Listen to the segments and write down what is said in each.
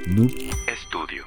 Noob Estudio.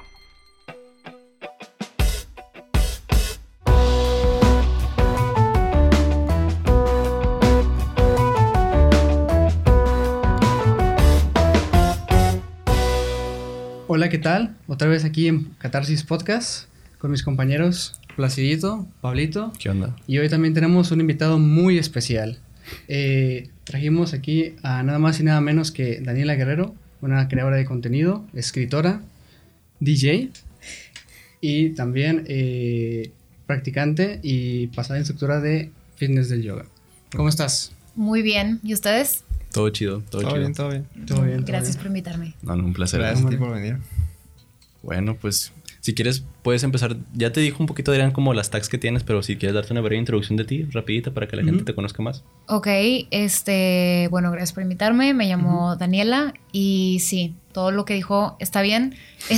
Hola, ¿qué tal? Otra vez aquí en Catarsis Podcast con mis compañeros Placidito, Pablito. ¿Qué onda? Y hoy también tenemos un invitado muy especial. Trajimos aquí a nada más y nada menos que Daniela Guerrero, una creadora de contenido, escritora, DJ y también practicante y pasada instructora de fitness del yoga. ¿Cómo estás? Muy bien. ¿Y ustedes? Todo chido, todo chido. Todo bien. Gracias por invitarme. No, un placer. Gracias a ti por venir. Bueno, pues si quieres puedes empezar. Ya te dijo un poquito, Adrián, como las tags que tienes, pero si quieres darte una breve introducción de ti, rapidita, para que la gente te conozca más. Ok, bueno, gracias por invitarme. Me llamo Daniela y sí, todo lo que dijo está bien.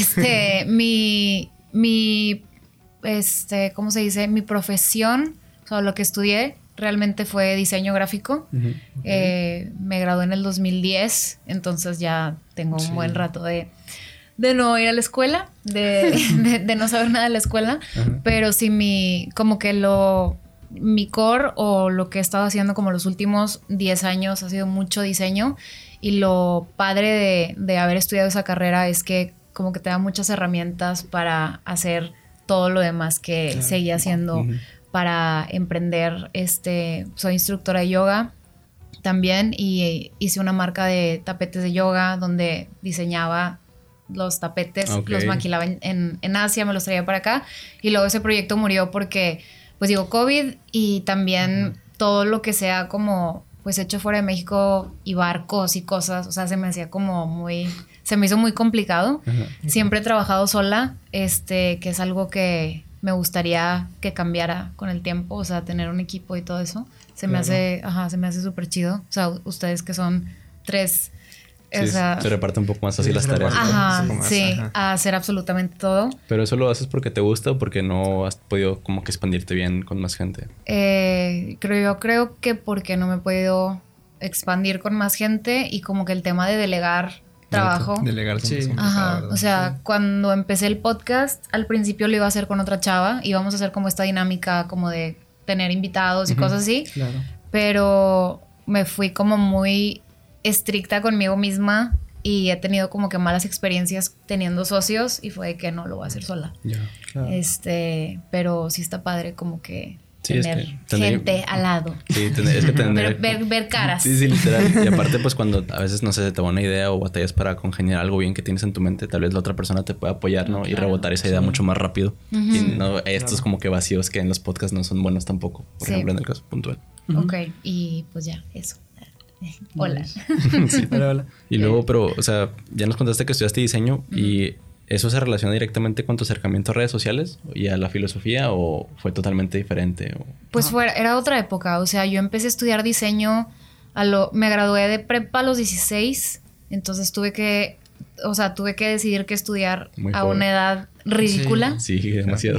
¿Cómo se dice? Mi profesión, o sea, lo que estudié realmente fue diseño gráfico. Me gradué en el 2010, entonces ya tengo un buen rato de no ir a la escuela, de no saber nada de la escuela. Pero sí mi core o lo que he estado haciendo como los últimos 10 años ha sido mucho diseño. Y lo padre de haber estudiado esa carrera es que como que te da muchas herramientas para hacer todo lo demás que seguía haciendo para emprender. Soy instructora de yoga también y hice una marca de tapetes de yoga donde diseñaba los tapetes, los maquilaba en Asia, me los traía para acá y luego ese proyecto murió porque COVID y también todo lo que sea como pues hecho fuera de México y barcos y cosas, o sea, se me hizo muy complicado. Siempre he trabajado sola, que es algo que me gustaría que cambiara con el tiempo, o sea, tener un equipo y todo eso. Se me hace súper chido. O sea, ustedes que son 3, sí, se reparte un poco más así las tareas. A hacer absolutamente todo. ¿Pero eso lo haces porque te gusta o porque no has podido como que expandirte bien con más gente? Creo que porque no me he podido expandir con más gente y como que el tema de delegar trabajo. Delegar siempre es complicado, o sea, cuando empecé el podcast, al principio lo iba a hacer con otra chava. Íbamos a hacer como esta dinámica como de tener invitados y cosas así. Claro. Pero me fui como muy estricta conmigo misma y he tenido como que malas experiencias teniendo socios y fue de que no lo voy a hacer sola. Claro. Pero sí está padre como que tener gente al lado. Sí, es que tener... ver caras. Sí, literal. Y aparte, pues cuando a veces, no sé, te va una idea o batallas para congeniar algo bien que tienes en tu mente, tal vez la otra persona te puede apoyar, ¿no? Claro, y rebotar esa idea mucho más rápido. Y no estos como que vacíos que en los podcasts no son buenos tampoco. Por ejemplo, en el caso puntual. Ok, y pues ya, eso. Hola. Sí. Hola. Y luego, pero, o sea, ya nos contaste que estudiaste diseño y ¿eso se relaciona directamente con tu acercamiento a redes sociales y a la filosofía o fue totalmente diferente? Pues era otra época. O sea, yo empecé a estudiar diseño me gradué de prepa a los 16, entonces tuve que decidir qué estudiar a una edad ridícula. Sí, demasiado.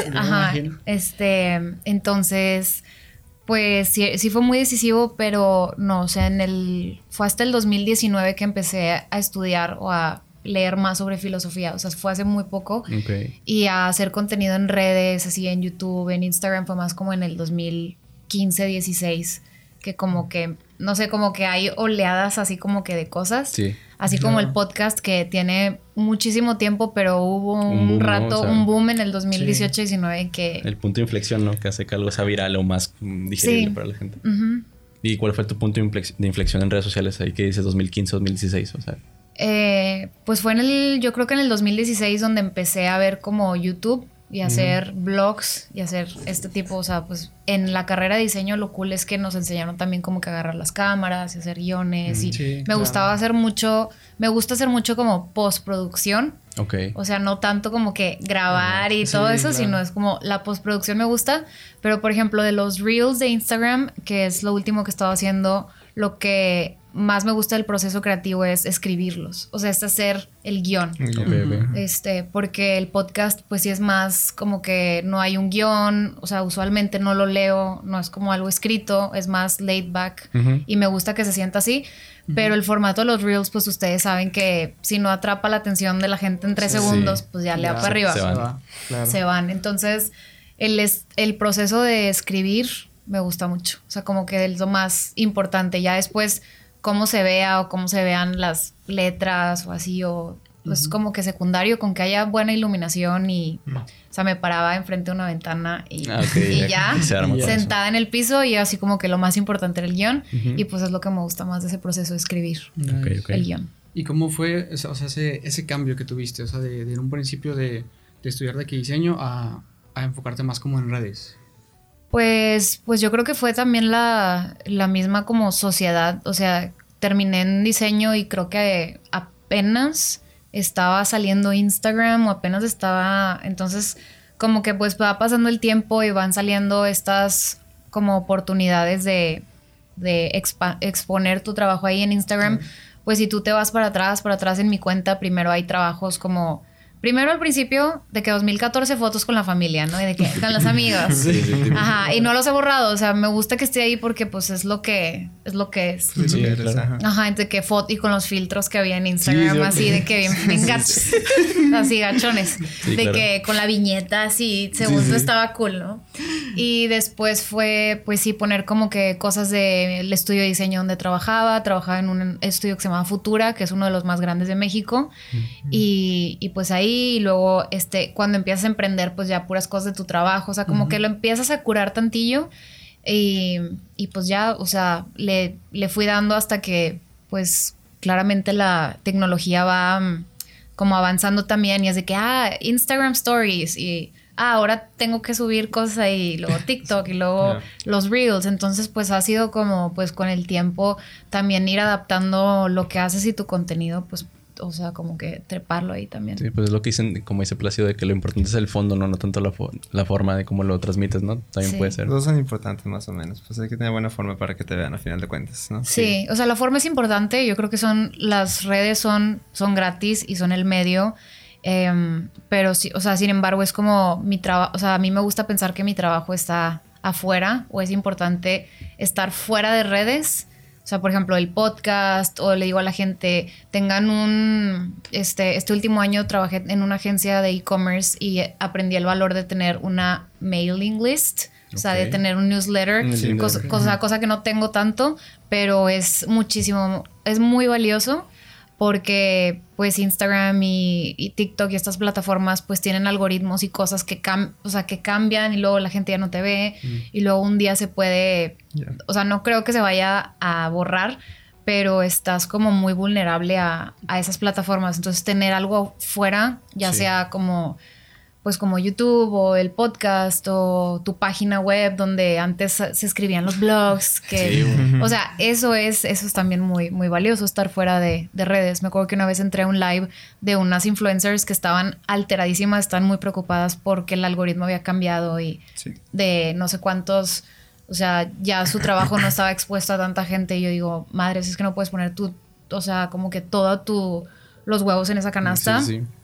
Entonces, pues sí fue muy decisivo, pero no, o sea, fue hasta el 2019 que empecé a estudiar o a leer más sobre filosofía, o sea, fue hace muy poco. Y a hacer contenido en redes, así en YouTube, en Instagram, fue más como en el 2015, 16, que como que, no sé, como que hay oleadas así como que de cosas. Sí. Así como el podcast que tiene muchísimo tiempo, pero hubo un rato, ¿no? Un boom en el 2018-19 que... El punto de inflexión, ¿no? Que hace que algo sea viral o más digerible para la gente. ¿Y cuál fue tu punto de inflexión en redes sociales? Ahí que dices 2015, 2016, o sea... Pues fue yo creo que en el 2016 donde empecé a ver como YouTube y hacer vlogs y hacer este tipo, o sea, pues en la carrera de diseño lo cool es que nos enseñaron también como que agarrar las cámaras y hacer guiones y me gusta hacer mucho como postproducción. O sea, no tanto como que grabar y todo eso, sino es como la postproducción me gusta, pero por ejemplo de los reels de Instagram, que es lo último que he estado haciendo, lo que más me gusta del proceso creativo es escribirlos. O sea, es hacer el guión. Porque el podcast pues sí es más como que no hay un guión. O sea, usualmente no lo leo. No es como algo escrito. Es más laid back. Y me gusta que se sienta así. Pero el formato de los Reels, pues ustedes saben que si no atrapa la atención de la gente en 3 segundos, pues ya le va para arriba. Se van. Claro. Se van. Entonces, el proceso de escribir me gusta mucho. O sea, como que es lo más importante. Ya después, cómo se vea o cómo se vean las letras o así, o pues como que secundario, con que haya buena iluminación y... O sea, me paraba enfrente de una ventana y ya, sentada en el piso, y así como que lo más importante era el guión. Y pues es lo que me gusta más de ese proceso de escribir, el guión. ¿Y cómo fue ese cambio que tuviste? O sea, de en un principio de estudiar de aquí diseño a enfocarte más como en redes. Pues yo creo que fue también la misma como sociedad. O sea, terminé en diseño y creo que apenas estaba saliendo Instagram o apenas estaba... Entonces, como que pues va pasando el tiempo y van saliendo estas como oportunidades de exponer tu trabajo ahí en Instagram. Pues si tú te vas para atrás en mi cuenta, primero hay trabajos como... Primero al principio de que 2014 fotos con la familia, ¿no? Y de que con las amigas. Ajá, y no los he borrado, o sea, me gusta que esté ahí porque pues es lo que es. Sí, claro. Ajá, de que foto y con los filtros que había en Instagram, así de que bien gachos, así gachones, de que con la viñeta así, según estaba cool, ¿no? Y después fue, pues sí, poner como que cosas del estudio de diseño donde trabajaba en un estudio que se llama Futura, que es uno de los más grandes de México, y pues ahí. Y luego cuando empiezas a emprender, pues ya puras cosas de tu trabajo, o sea, como que lo empiezas a curar tantillo, y pues ya, o sea, le fui dando hasta que pues claramente la tecnología va como avanzando también, y es de que Instagram Stories, y ahora tengo que subir cosas ahí, luego TikTok y luego los Reels. Entonces pues ha sido como pues con el tiempo también ir adaptando lo que haces y tu contenido, pues o sea, como que treparlo ahí también. Sí, pues es lo que dicen, como dice Plácido, de que lo importante es el fondo, no tanto la forma de cómo lo transmites, ¿no? También puede ser. Los dos son importantes más o menos. Pues hay que tener buena forma para que te vean a final de cuentas, ¿no? Sí, o sea, la forma es importante. Yo creo que las redes son gratis y son el medio. Pero sí, o sea, sin embargo, es como mi trabajo. O sea, a mí me gusta pensar que mi trabajo está afuera, o es importante estar fuera de redes. O sea, por ejemplo, el podcast, o le digo a la gente, tengan este último año trabajé en una agencia de e-commerce y aprendí el valor de tener una mailing list. O sea, de tener un newsletter, cosa que no tengo tanto, pero es muy valioso. Porque pues Instagram y TikTok y estas plataformas pues tienen algoritmos y cosas que cambian, y luego la gente ya no te ve, y luego un día se puede... O sea, no creo que se vaya a borrar, pero estás como muy vulnerable a esas plataformas. Entonces tener algo fuera, ya sea como YouTube o el podcast o tu página web donde antes se escribían los blogs, o sea, eso es también muy, muy valioso, estar fuera de redes. Me acuerdo que una vez entré a un live de unas influencers que estaban alteradísimas, están muy preocupadas porque el algoritmo había cambiado y de no sé cuántos, o sea, ya su trabajo no estaba expuesto a tanta gente. Y yo digo, madres, es que no puedes poner o sea, como que los huevos en esa canasta.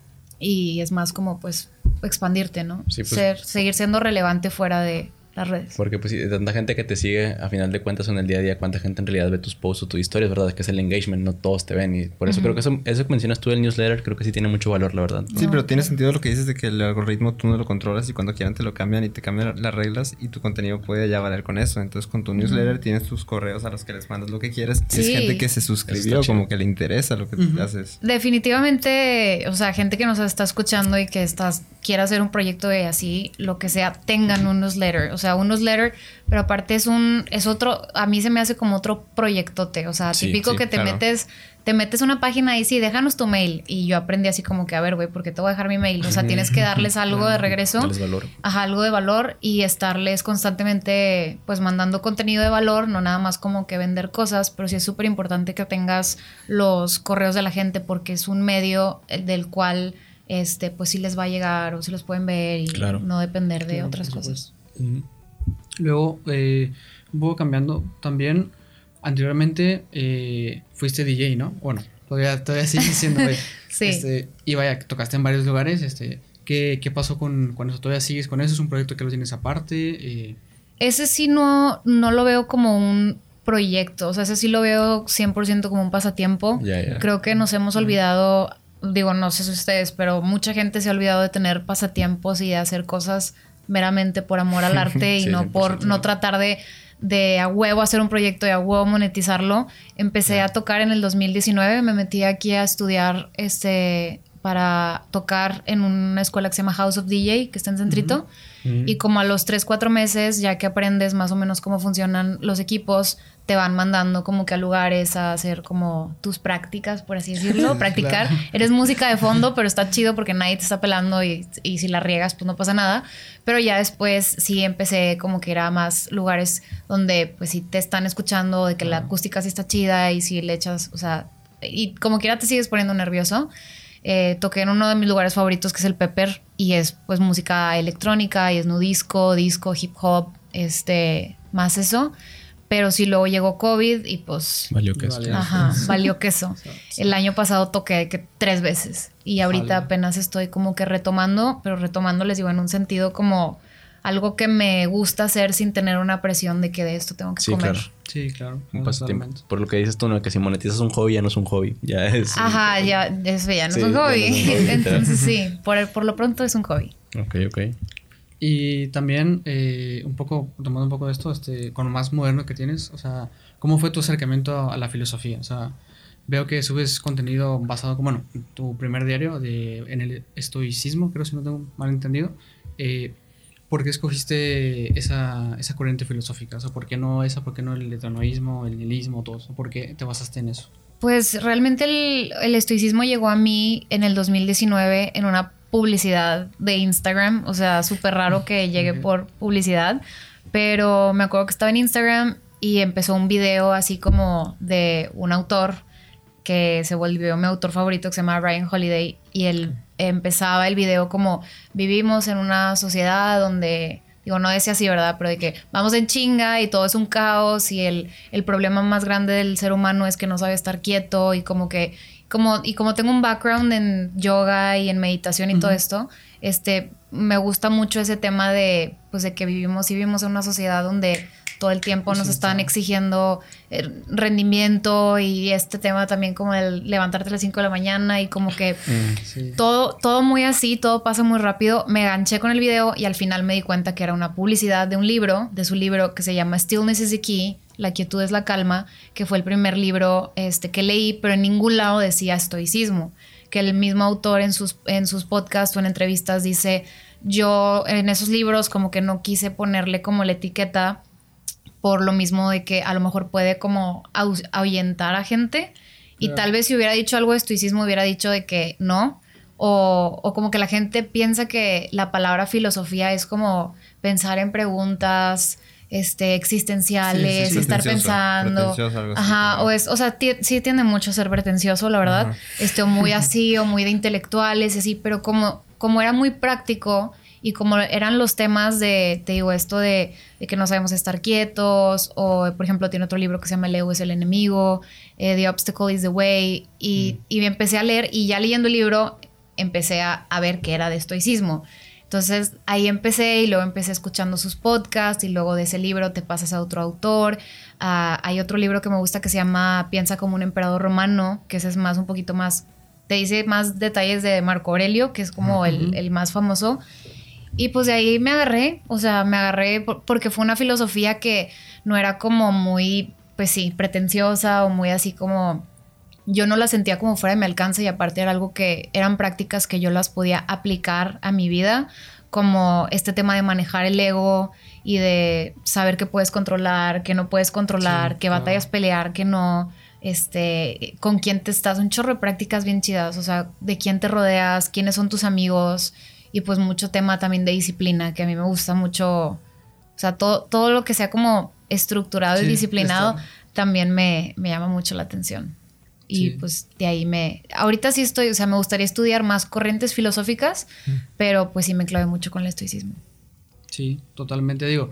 Y es más como pues expandirte, ¿no? Sí, pues, seguir siendo relevante fuera de las redes. Porque pues de tanta gente que te sigue, a final de cuentas en el día a día, cuánta gente en realidad ve tus posts o tus historias, ¿verdad? Que es el engagement, no todos te ven. Y por eso creo que eso que mencionas tú del newsletter, creo que sí tiene mucho valor, la verdad. Sí, pero tiene sentido lo que dices de que el algoritmo tú no lo controlas y cuando quieran te lo cambian y te cambian las reglas y tu contenido puede ya valer con eso. Entonces con tu newsletter tienes tus correos a los que les mandas lo que quieres. Sí. Es gente que se suscribió, como que le interesa lo que haces. Definitivamente, o sea, gente que nos está escuchando y que quiera hacer un proyecto de así, lo que sea, tengan un newsletter. O sea, un newsletter, pero aparte es otro, a mí se me hace como otro proyectote. O sea, típico que te metes una página y déjanos tu mail. Y yo aprendí así como que, a ver, güey, ¿por qué te voy a dejar mi mail? O sea, tienes que darles algo de regreso. Darles valor. Ajá, algo de valor, y estarles constantemente pues mandando contenido de valor, no nada más como que vender cosas, pero sí es súper importante que tengas los correos de la gente, porque es un medio del cual pues sí les va a llegar o sí los pueden ver y no depender de otras cosas. Luego, un poco cambiando también, anteriormente fuiste DJ, ¿no? Bueno, todavía sigues siendo, güey. Sí. Y vaya, tocaste en varios lugares, ¿qué pasó con eso? ¿Todavía sigues con eso? ¿Es un proyecto que lo tienes aparte? Ese sí no lo veo como un proyecto, o sea, ese sí lo veo 100% como un pasatiempo. Creo que nos hemos olvidado, digo, no sé si ustedes, pero mucha gente se ha olvidado de tener pasatiempos y de hacer cosas meramente por amor al arte y no por no tratar de a huevo hacer un proyecto, de a huevo monetizarlo. Empecé a tocar en el 2019, me metí aquí a estudiar para tocar en una escuela que se llama House of DJ, que está en Centrito. Y como a los 3-4 meses, ya que aprendes más o menos cómo funcionan los equipos, te van mandando como que a lugares a hacer como tus prácticas, por así decirlo, practicar. Claro. Eres música de fondo, pero está chido porque nadie te está pelando y si la riegas, pues no pasa nada. Pero ya después sí empecé como que ir a más lugares donde pues sí te están escuchando, de que la acústica sí está chida y si le echas, o sea, y como quiera te sigues poniendo nervioso. Toqué en uno de mis lugares favoritos, que es el Pepper, y es pues música electrónica y es disco, hip hop, más eso. Pero sí, luego llegó COVID y pues... Valió queso. Valió queso. El año pasado toqué 3 veces y ahorita apenas estoy como que retomando, pero retomando, les digo, en un sentido como algo que me gusta hacer sin tener una presión de que de esto tengo que comer. Claro. Sí, claro. Un pasatiempo. Por lo que dices tú, ¿no? Que si monetizas un hobby ya no es un hobby. Ya es... Ajá, ya eso ya no es un hobby. No es un hobby. Entonces sí, por lo pronto es un hobby. Ok. Y también, un poco, tomando un poco de esto, con lo más moderno que tienes, o sea, ¿cómo fue tu acercamiento a la filosofía? O sea, veo que subes contenido basado, bueno, en tu primer diario en el estoicismo, creo, si no tengo mal entendido. ¿Por qué escogiste esa corriente filosófica? O sea, ¿por qué no el estoicismo, el nihilismo, todo eso? ¿Por qué te basaste en eso? Pues realmente el estoicismo llegó a mí en el 2019 en una publicidad de Instagram. O sea, súper raro que llegue por publicidad. Pero me acuerdo que estaba en Instagram y empezó un video así como de un autor que se volvió mi autor favorito, que se llama Ryan Holiday. Y él empezaba el video como: vivimos en una sociedad donde... Digo, no decía así, ¿verdad? Pero de que vamos en chinga y todo es un caos y el problema más grande del ser humano es que no sabe estar quieto y como tengo un background en yoga y en meditación y todo esto, me gusta mucho ese tema de que vivimos en una sociedad donde todo el tiempo nos están exigiendo rendimiento y este tema también como el levantarte a las 5 de la mañana y como que todo muy así, todo pasa muy rápido. Me enganché con el video y al final me di cuenta que era una publicidad de su libro que se llama Stillness is the Key, La quietud es la calma, que fue el primer libro que leí, pero en ningún lado decía estoicismo, que el mismo autor en sus podcasts o en entrevistas dice: yo en esos libros como que no quise ponerle como la etiqueta por lo mismo de que a lo mejor puede como ahuyentar a gente. Y tal vez si hubiera dicho algo de estoicismo hubiera dicho de que no. O como que la gente piensa que la palabra filosofía es como pensar en preguntas existenciales, estar pensando. Algo así, o sea, sí tiende mucho a ser pretencioso, la verdad. O muy así, o muy de intelectuales y así, pero como era muy práctico. Y como eran los temas de que no sabemos estar quietos, o por ejemplo tiene otro libro que se llama El ego es el enemigo, The Obstacle is the Way, y me empecé a leer, y ya leyendo el libro empecé a ver qué era de estoicismo. Entonces ahí empecé, y luego empecé escuchando sus podcasts, y luego de ese libro te pasas a otro autor. Hay otro libro que me gusta que se llama Piensa como un emperador romano, que ese es un poquito más, te dice más detalles de Marco Aurelio, que es como el más famoso. Y pues de ahí me agarré porque fue una filosofía que no era como muy, pues sí, pretenciosa o muy así como... Yo no la sentía como fuera de mi alcance, y aparte era algo que eran prácticas que yo las podía aplicar a mi vida, como este tema de manejar el ego y de saber qué puedes controlar, qué no puedes controlar, qué batallas pelear, qué no... con quién te estás, un chorro de prácticas bien chidas, o sea, de quién te rodeas, quiénes son tus amigos... Y pues mucho tema también de disciplina, que a mí me gusta mucho. O sea, todo lo que sea como estructurado y disciplinado también me llama mucho la atención. Y pues de ahí ahorita sí estoy, o sea, me gustaría estudiar más corrientes filosóficas, pero pues sí me clavé mucho con el estoicismo. Sí, totalmente. Digo,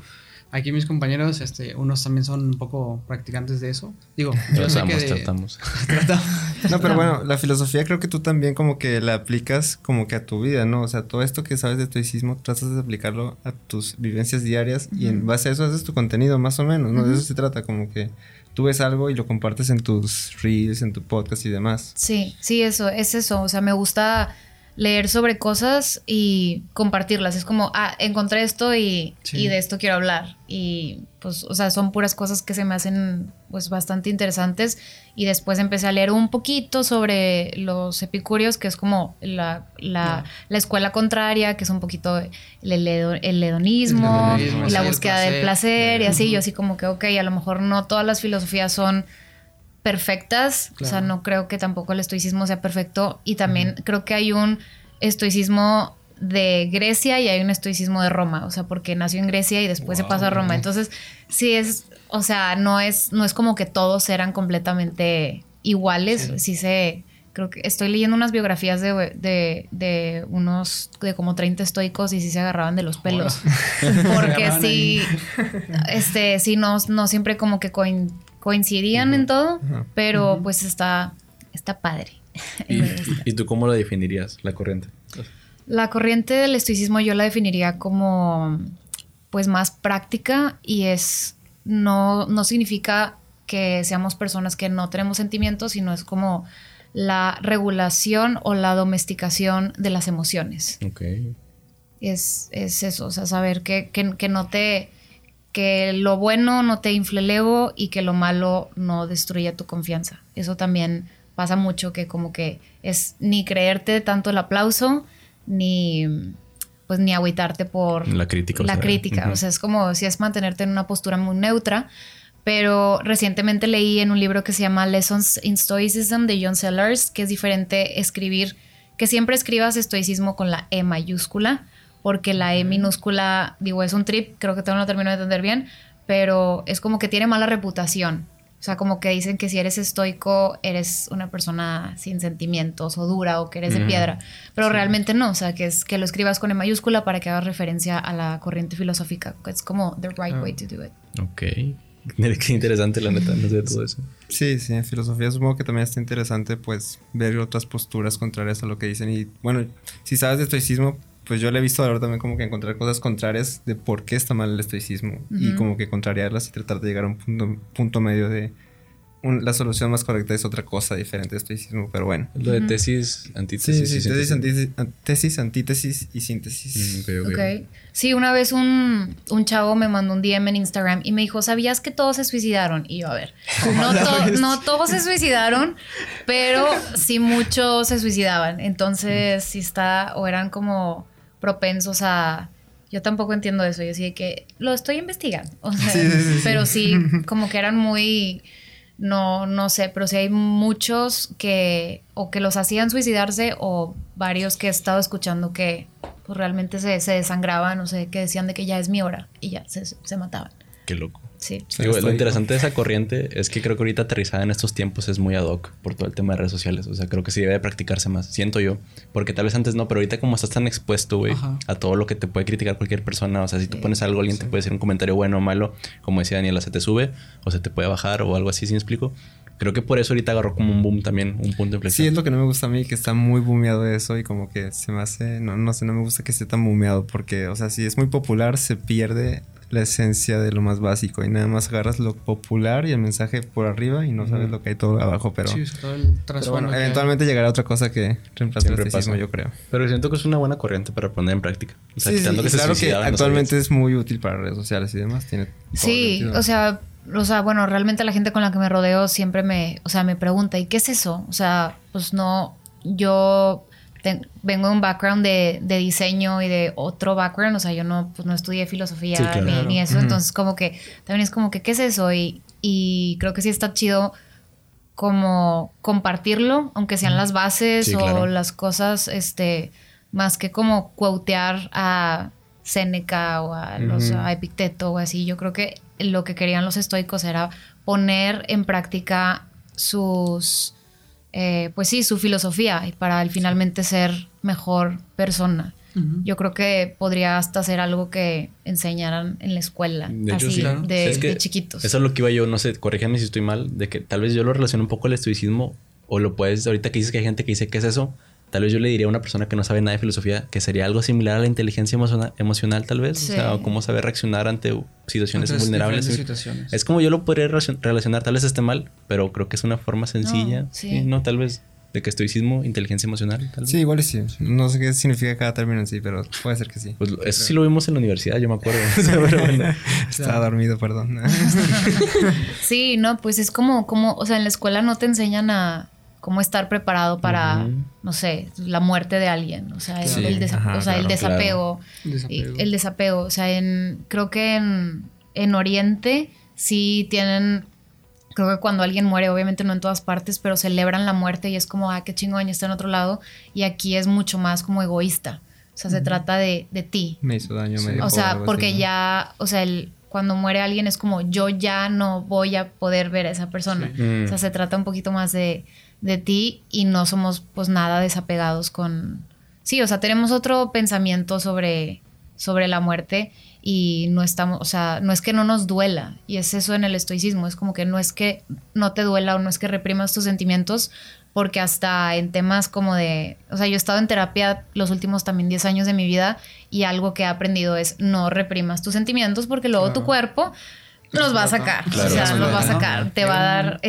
Aquí mis compañeros, unos también son un poco practicantes de eso. Digo, yo sé que tratamos. No, pero bueno, la filosofía creo que tú también como que la aplicas como que a tu vida, ¿no? O sea, todo esto que sabes de estoicismo tratas de aplicarlo a tus vivencias diarias y en base a eso haces tu contenido más o menos, ¿no? De eso se trata, como que tú ves algo y lo compartes en tus reels, en tu podcast y demás. Sí, eso, es eso. O sea, me gusta leer sobre cosas y compartirlas. Es como, encontré esto y de esto quiero hablar. Y pues, o sea, son puras cosas que se me hacen pues bastante interesantes. Y después empecé a leer un poquito sobre los epicúreos, que es como la escuela contraria, que es un poquito el hedonismo y la búsqueda del placer y así. Yo así como que, ok, a lo mejor no todas las filosofías son perfectas, claro. O sea, no creo que tampoco el estoicismo sea perfecto y también creo que hay un estoicismo de Grecia y hay un estoicismo de Roma, o sea, porque nació en Grecia y después se pasó a Roma, entonces sí es, o sea, no es como que todos eran completamente iguales, creo que estoy leyendo unas biografías de unos de como 30 estoicos y sí se agarraban de los pelos, porque sí, no siempre como que coincidían en todo, pero pues está padre. ¿Y tú cómo lo definirías, la corriente? La corriente del estoicismo yo la definiría como pues más práctica y no significa que seamos personas que no tenemos sentimientos, sino es como la regulación o la domesticación de las emociones. Okay. Es eso, o sea, saber que lo bueno no te infle el ego y que lo malo no destruya tu confianza. Eso también pasa mucho, que como que es ni creerte tanto el aplauso, ni agüitarte por la crítica. O sea, es como si es mantenerte en una postura muy neutra. Pero recientemente leí en un libro que se llama Lessons in Stoicism de John Sellars, que es diferente escribir, que siempre escribas estoicismo con la E mayúscula, porque la E minúscula, digo, es un trip, creo que todavía no lo termino de entender bien, pero es como que tiene mala reputación. O sea, como que dicen que si eres estoico, eres una persona sin sentimientos o dura o que eres de piedra. Pero realmente no, o sea, que es que lo escribas con E mayúscula para que hagas referencia a la corriente filosófica. Es como the right way to do it. Ok. Qué interesante, la neta, no sé todo eso. Sí, en filosofía supongo que también está interesante pues ver otras posturas contrarias a lo que dicen. Y bueno, si sabes de estoicismo, pues yo le he visto ahora también como que encontrar cosas contrarias de por qué está mal el estoicismo y como que contrariarlas y tratar de llegar a un punto medio de la solución más correcta es otra cosa diferente de estoicismo, pero bueno. Lo de tesis, antítesis. Tesis, antítesis y síntesis. Okay. Sí, una vez un chavo me mandó un DM en Instagram y me dijo, ¿sabías que todos se suicidaron? Y yo, a ver, no todos se suicidaron, pero sí muchos se suicidaban. Entonces, sí o eran como propensos a... Yo tampoco entiendo eso. Yo sí de que lo estoy investigando. O sea, pero sí, como que eran muy... No sé, pero sí hay muchos que los hacían suicidarse o varios que he estado escuchando que pues realmente se desangraban, o sea, que decían de que ya es mi hora y ya se mataban. Qué loco. Sí. Digo, lo interesante de esa corriente es que creo que ahorita aterrizada en estos tiempos es muy ad hoc por todo el tema de redes sociales. O sea, creo que sí debe practicarse más, siento yo. Porque tal vez antes no, pero ahorita como estás tan expuesto, güey, a todo lo que te puede criticar cualquier persona. O sea, si tú pones algo, alguien te puede decir un comentario bueno o malo. Como decía Daniela, se te sube o se te puede bajar o algo así, ¿sí me explico? Creo que por eso ahorita agarró como un boom también, un punto de inflexión. Sí, es lo que no me gusta a mí, que está muy boomeado eso y como que se me hace... No sé, no me gusta que esté tan boomeado porque, o sea, si es muy popular se pierde la esencia de lo más básico y nada más agarras lo popular y el mensaje por arriba y no sabes lo que hay todo abajo, pero... Sí, todo el pero bueno, eventualmente llegará otra cosa que reemplace el estoicismo, yo creo. Pero siento que es una buena corriente para poner en práctica. O sea, quitando que claro se que actualmente es muy útil para redes sociales y demás. Tiene o sea, bueno, realmente la gente con la que me rodeo siempre me pregunta, ¿y qué es eso? O sea, pues no, yo vengo de un background de diseño y de otro background, o sea, yo no estudié filosofía ni eso, entonces como que también es como que, ¿qué es eso? Y creo que sí está chido como compartirlo, aunque sean las bases las cosas, más que como quotear a Séneca o a Epicteto o así. Yo creo que lo que querían los estoicos era poner en práctica su filosofía y para finalmente ser mejor persona. yo creo que podría hasta ser algo que enseñaran en la escuela. De hecho, así, sí, claro. de chiquitos. Eso es lo que iba yo, no sé, corrígeme si estoy mal, de que tal vez yo lo relaciono un poco al estoicismo, o lo puedes, ahorita que dices que hay gente que dice, ¿qué es eso? Tal vez yo le diría a una persona que no sabe nada de filosofía que sería algo similar a la inteligencia emocional tal vez. Sí. O sea, cómo saber reaccionar ante situaciones vulnerables. Situaciones. Es como yo lo podría relacionar, tal vez esté mal, pero creo que es una forma sencilla. No, tal vez de que estoicismo, inteligencia emocional. Tal vez. Sí, igual y sí. No sé qué significa cada término en sí, pero puede ser que sí. Pues eso sí lo vimos en la universidad, yo me acuerdo. Pero bueno. Estaba dormido, perdón. Sí, no, pues es como, o sea, en la escuela no te enseñan a cómo estar preparado para, no sé, la muerte de alguien. O sea, el desapego. Desapego. El desapego. O sea, creo que en Oriente sí tienen... Creo que cuando alguien muere, obviamente no en todas partes, pero celebran la muerte y es como, qué chingón, ya está en otro lado. Y aquí es mucho más como egoísta. O sea, se trata de ti. Me hizo daño, me dejó o sea, algo porque así, ¿no? ya, o sea, cuando muere alguien es como, yo ya no voy a poder ver a esa persona. O sea, se trata un poquito más de ti y no somos pues nada desapegados con... Sí, o sea, tenemos otro pensamiento sobre la muerte y no estamos, o sea, no es que no nos duela, y es eso en el estoicismo, es como que no es que no te duela o no es que reprimas tus sentimientos, porque hasta en temas como de, o sea, yo he estado en terapia los últimos también 10 años de mi vida y algo que he aprendido es no reprimas tus sentimientos porque luego tu cuerpo los va a sacar, Claro, o sea, los va a sacar, ¿no? te va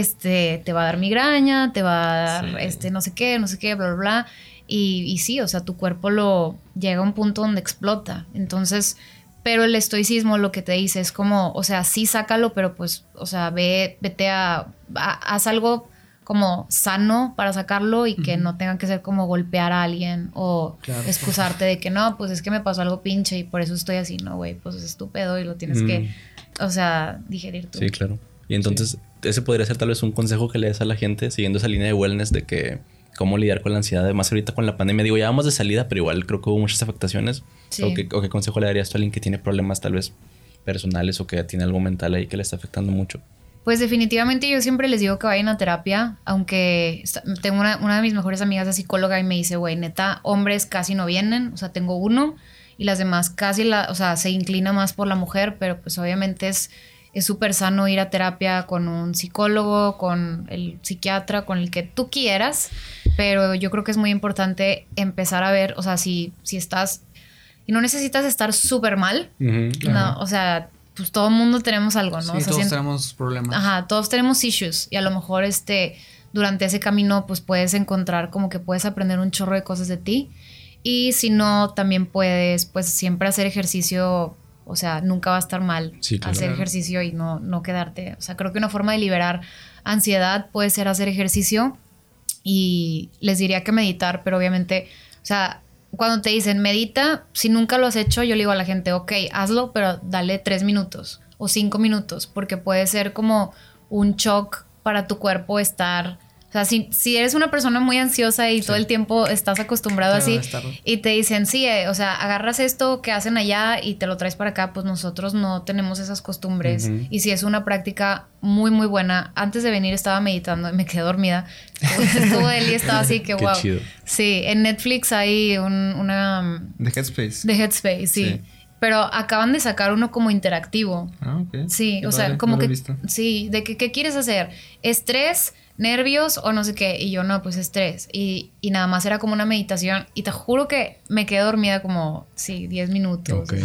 a dar migraña, te va a dar no sé qué, bla, bla, bla. Y sí, o sea, tu cuerpo llega a un punto donde explota. Entonces, pero el estoicismo lo que te dice es como, o sea, sí sácalo, pero pues, o sea, vete haz algo como sano para sacarlo y que no tenga que ser como golpear a alguien o excusarte de que no, pues es que me pasó algo pinche y por eso estoy así. No, güey, pues es tu pedo y lo tienes que, o sea, digerir tú. Sí, claro. Y entonces, ese podría ser tal vez un consejo que le des a la gente siguiendo esa línea de wellness de que cómo lidiar con la ansiedad, además ahorita con la pandemia. Digo, ya vamos de salida, pero igual creo que hubo muchas afectaciones. Sí. ¿O qué consejo le darías tú a alguien que tiene problemas tal vez personales o que tiene algo mental ahí que le está afectando mucho? Pues definitivamente yo siempre les digo que vayan a terapia, aunque tengo una de mis mejores amigas de psicóloga y me dice, güey, neta, hombres casi no vienen, o sea, tengo uno y las demás casi, o sea, se inclina más por la mujer, pero pues obviamente es súper sano ir a terapia con un psicólogo, con el psiquiatra, con el que tú quieras, pero yo creo que es muy importante empezar a ver, o sea, si estás, y no necesitas estar súper mal, no, o sea, pues todo el mundo tenemos algo, ¿no? Sí, o sea, todos tenemos problemas. Ajá, todos tenemos issues y a lo mejor durante ese camino pues puedes encontrar como que puedes aprender un chorro de cosas de ti y si no también puedes pues siempre hacer ejercicio. O sea, nunca va a estar mal hacer ejercicio y no quedarte. O sea, creo que una forma de liberar ansiedad puede ser hacer ejercicio y les diría que meditar, pero obviamente, o sea, cuando te dicen medita, si nunca lo has hecho, yo le digo a la gente, ok, hazlo, pero dale 3 minutos o 5 minutos, porque puede ser como un shock para tu cuerpo estar... O sea, si eres una persona muy ansiosa y todo el tiempo estás acostumbrado así y te dicen, sí, o sea, agarras esto que hacen allá y te lo traes para acá, pues nosotros no tenemos esas costumbres. Y si es una práctica muy, muy buena. Antes de venir estaba meditando y me quedé dormida. Estuvo él y estaba así que wow. Chido. Sí, en Netflix hay una... The Headspace. The Headspace, sí. Pero acaban de sacar uno como interactivo. Ah, ok. Sí, Qué o sea, padre, como no lo he que... visto. Sí, de que ¿qué quieres hacer? ¿Estrés? ¿Nervios? O no sé qué. Y yo, no, pues estrés. Y nada más era como una meditación. Y te juro que me quedé dormida como, 10 minutos. Okay.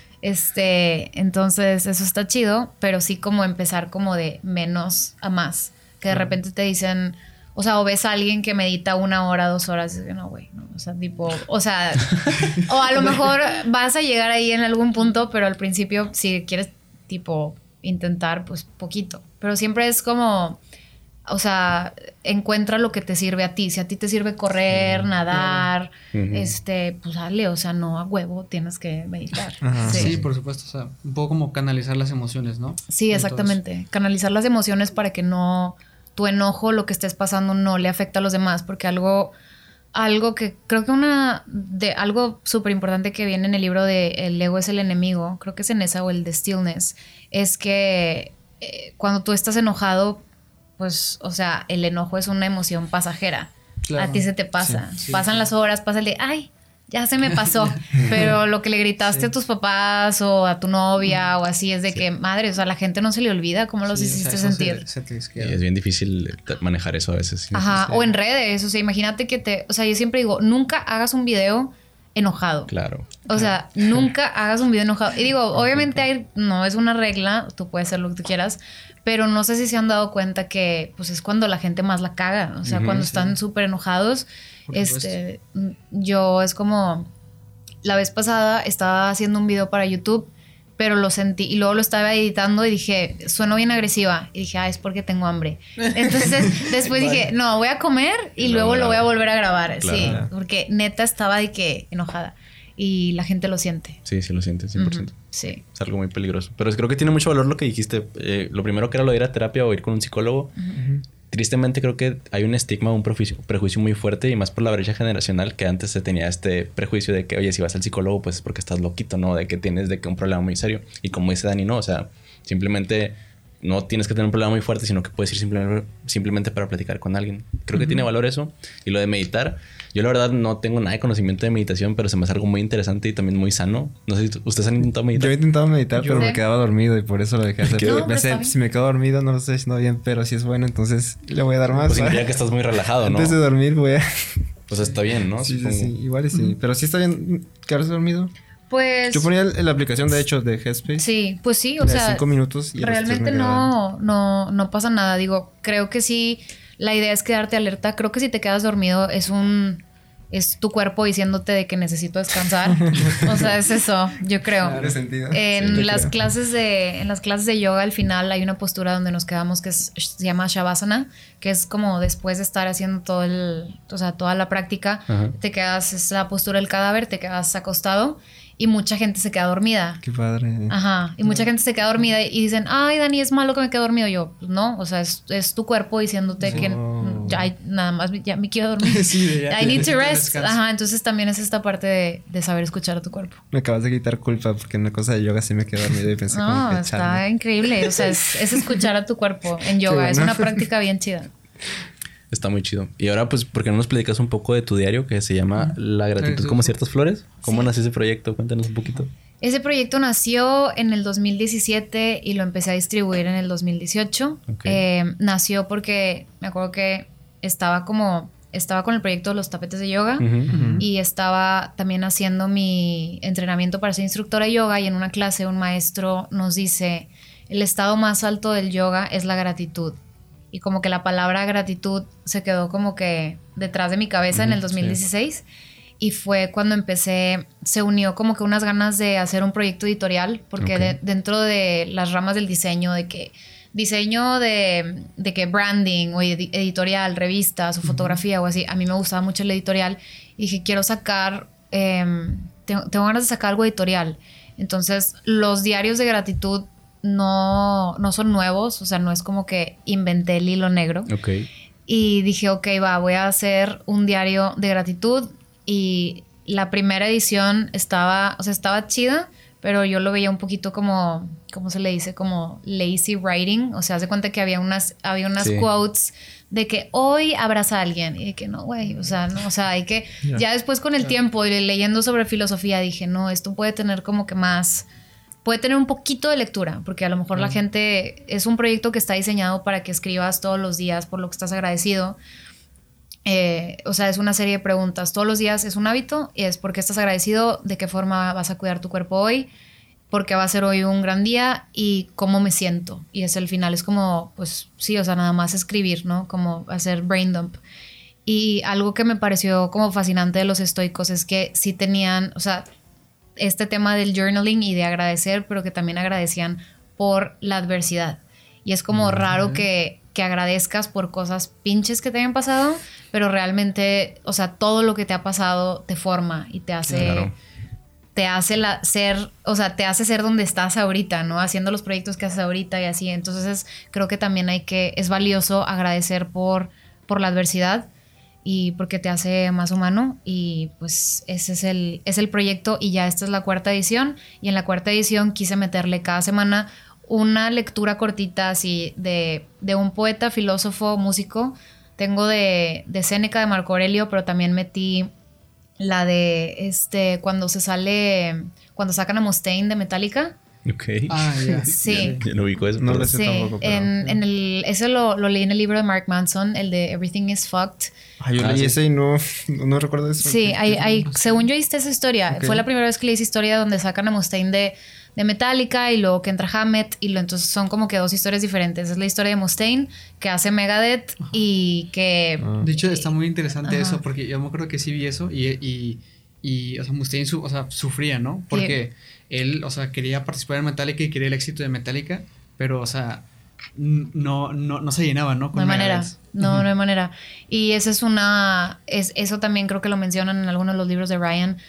Entonces, eso está chido. Pero sí como empezar como de menos a más. Que de repente te dicen... O sea, o ves a alguien que medita 1 hora, 2 horas y dices, no, güey, no. O sea, tipo... O sea... o a lo mejor vas a llegar ahí en algún punto, pero al principio, si quieres, tipo, intentar, pues, poquito. Pero siempre es como... O sea, encuentra lo que te sirve a ti. Si a ti te sirve correr, nadar, pues dale. O sea, no a huevo tienes que meditar. Sí, por supuesto. O sea, un poco como canalizar las emociones, ¿no? Sí, exactamente. Canalizar las emociones para que no... Tu enojo, lo que estés pasando, no le afecta a los demás. Porque algo que... Creo que algo súper importante que viene en el libro de El ego es el enemigo. Creo que es en esa o el de Stillness. Es que cuando tú estás enojado... Pues, o sea, el enojo es una emoción pasajera. Claro. A ti se te pasa. Sí, pasan las horas, pasa el de, ay, ya se me pasó. Pero lo que le gritaste a tus papás o a tu novia o así es de que, madre, o sea, la gente no se le olvida cómo los hiciste sentir. Y es bien difícil manejar eso a veces. Ajá, o en redes, o sea, imagínate que o sea, yo siempre digo, nunca hagas un video enojado. Claro. O sea, nunca hagas un video enojado. Y digo, obviamente no es una regla, tú puedes hacer lo que tú quieras, pero no sé si se han dado cuenta que pues es cuando la gente más la caga. O sea, cuando están súper enojados. Yo es como la vez pasada estaba haciendo un video para YouTube, pero lo sentí y luego lo estaba editando y dije, sueno bien agresiva. Y dije, es porque tengo hambre. Entonces después dije, no, voy a comer y luego lo voy a volver a grabar. Claro. Sí, porque neta estaba de que enojada. Y la gente lo siente. Sí, sí lo siente, 100%. Sí. Es algo muy peligroso. Pero creo que tiene mucho valor lo que dijiste. Lo primero que era lo de ir a terapia o ir con un psicólogo. Tristemente creo que hay un estigma, un prejuicio muy fuerte y más por la brecha generacional que antes se tenía este prejuicio de que, oye, si vas al psicólogo pues es porque estás loquito, ¿no? De que tienes un problema muy serio. Y como dice Dani, no, o sea, simplemente no tienes que tener un problema muy fuerte, sino que puedes ir simplemente para platicar con alguien. Creo que tiene valor eso. Y lo de meditar, yo la verdad no tengo nada de conocimiento de meditación, pero se me hace algo muy interesante y también muy sano. No sé si ustedes han intentado meditar. Yo he intentado meditar, pero me quedaba dormido y por eso lo dejé hacer. No, si me quedo dormido no lo estoy haciendo bien, pero si es bueno, entonces le voy a dar más. Pues significa que estás muy relajado, ¿no? Antes de dormir voy a... Pues está bien, ¿no? Sí, igual y sí. Pero sí está bien quedarse dormido. Pues... Yo ponía la aplicación, de hecho, de Headspace. Sí, pues sí, o sea... 5 minutos y realmente no pasa nada. Digo, creo que sí, la idea es quedarte alerta. Creo que si te quedas dormido es tu cuerpo diciéndote de que necesito descansar. O sea, es eso, yo creo. Claro, sentido. En las clases de yoga al final hay una postura donde nos quedamos que se llama Shavasana, que es como después de estar haciendo toda la práctica, te quedas, es la postura del cadáver, te quedas acostado. Y mucha gente se queda dormida. Qué padre. Ajá. Y mucha gente se queda dormida y dicen, ay, Dani, es malo que me quede dormido. Yo, pues no, o sea, es tu cuerpo diciéndote que ya nada más ya me quiero dormir. Sí, I need to rest. Ajá, entonces también es esta parte de saber escuchar a tu cuerpo. Me acabas de quitar culpa porque en una cosa de yoga sí me quedé dormido y pensé como que está increíble. O sea, es escuchar a tu cuerpo en yoga. Bueno. Es una práctica bien chida. Está muy chido. Y ahora, pues, ¿por qué no nos platicas un poco de tu diario que se llama La gratitud como ciertas flores? ¿Cómo nació ese proyecto? Cuéntanos un poquito. Ese proyecto nació en el 2017 y lo empecé a distribuir en el 2018. Okay. Nació porque me acuerdo que estaba con el proyecto de los tapetes de yoga y estaba también haciendo mi entrenamiento para ser instructora de yoga y en una clase un maestro nos dice, el estado más alto del yoga es la gratitud. Y como que la palabra gratitud se quedó como que detrás de mi cabeza en el 2016. Sí. Y fue cuando se unió como que unas ganas de hacer un proyecto editorial. Porque dentro de las ramas del diseño, de que diseño de que branding o editorial, revistas o fotografía o así, a mí me gustaba mucho el editorial. Y dije, quiero sacar, tengo ganas de sacar algo editorial. Entonces, los diarios de gratitud no son nuevos, o sea, no es como que inventé el hilo negro. Y dije, voy a hacer un diario de gratitud. Y la primera edición estaba chida, pero yo lo veía un poquito como, ¿cómo se le dice? Como lazy writing. O sea, hace cuenta que había unas quotes de que hoy abraza a alguien. Y de que no, güey, o sea, no, o sea, hay que... Yeah. Ya después con el tiempo y leyendo sobre filosofía dije, no, esto puede tener como que más... Puede tener un poquito de lectura, porque a lo mejor la gente... Es un proyecto que está diseñado para que escribas todos los días por lo que estás agradecido. O sea, es una serie de preguntas. Todos los días es un hábito y es por qué estás agradecido, de qué forma vas a cuidar tu cuerpo hoy, por qué va a ser hoy un gran día y cómo me siento. Y es el final, es como, pues sí, o sea, nada más escribir, ¿no? Como hacer brain dump. Y algo que me pareció como fascinante de los estoicos es que sí tenían, o sea... este tema del journaling y de agradecer, pero que también agradecían por la adversidad. Y es como raro que agradezcas por cosas pinches que te hayan pasado, pero realmente, o sea, todo lo que te ha pasado te forma y te hace... Claro. te hace ser donde estás ahorita, ¿no? Haciendo los proyectos que haces ahorita y así. Entonces, creo que también es valioso agradecer por la adversidad y porque te hace más humano. Y pues ese es el proyecto y ya esta es la 4ª edición. Y en la 4ª edición quise meterle cada semana una lectura cortita así de un poeta, filósofo, músico. Tengo de Séneca, de Marco Aurelio, pero también metí La de cuando sacan a Mustaine de Metallica. Ok. Ya. Sí. Yo no ubico eso. No pero- lo sé Sí, tampoco. Pero... ese lo leí en el libro de Mark Manson, el de Everything is Fucked. Yo leí sí. ese y no recuerdo eso. Sí, según yo viste esa historia. Ok. Fue la primera vez que leí esa historia donde sacan a Mustaine de Metallica y luego que entra Hammett entonces son como que dos historias diferentes. Es la historia de Mustaine que hace Megadeth y que... De hecho, está muy interesante Ajá. eso, porque yo me acuerdo que sí vi eso y o sea, Mustaine sufría, ¿no? Porque él, o sea, quería participar en Metallica y quería el éxito de Metallica, pero, o sea, no se llenaba, ¿no? No hay manera. Megadeth. No hay manera. Y esa eso también creo que lo mencionan en algunos de los libros de Ryan,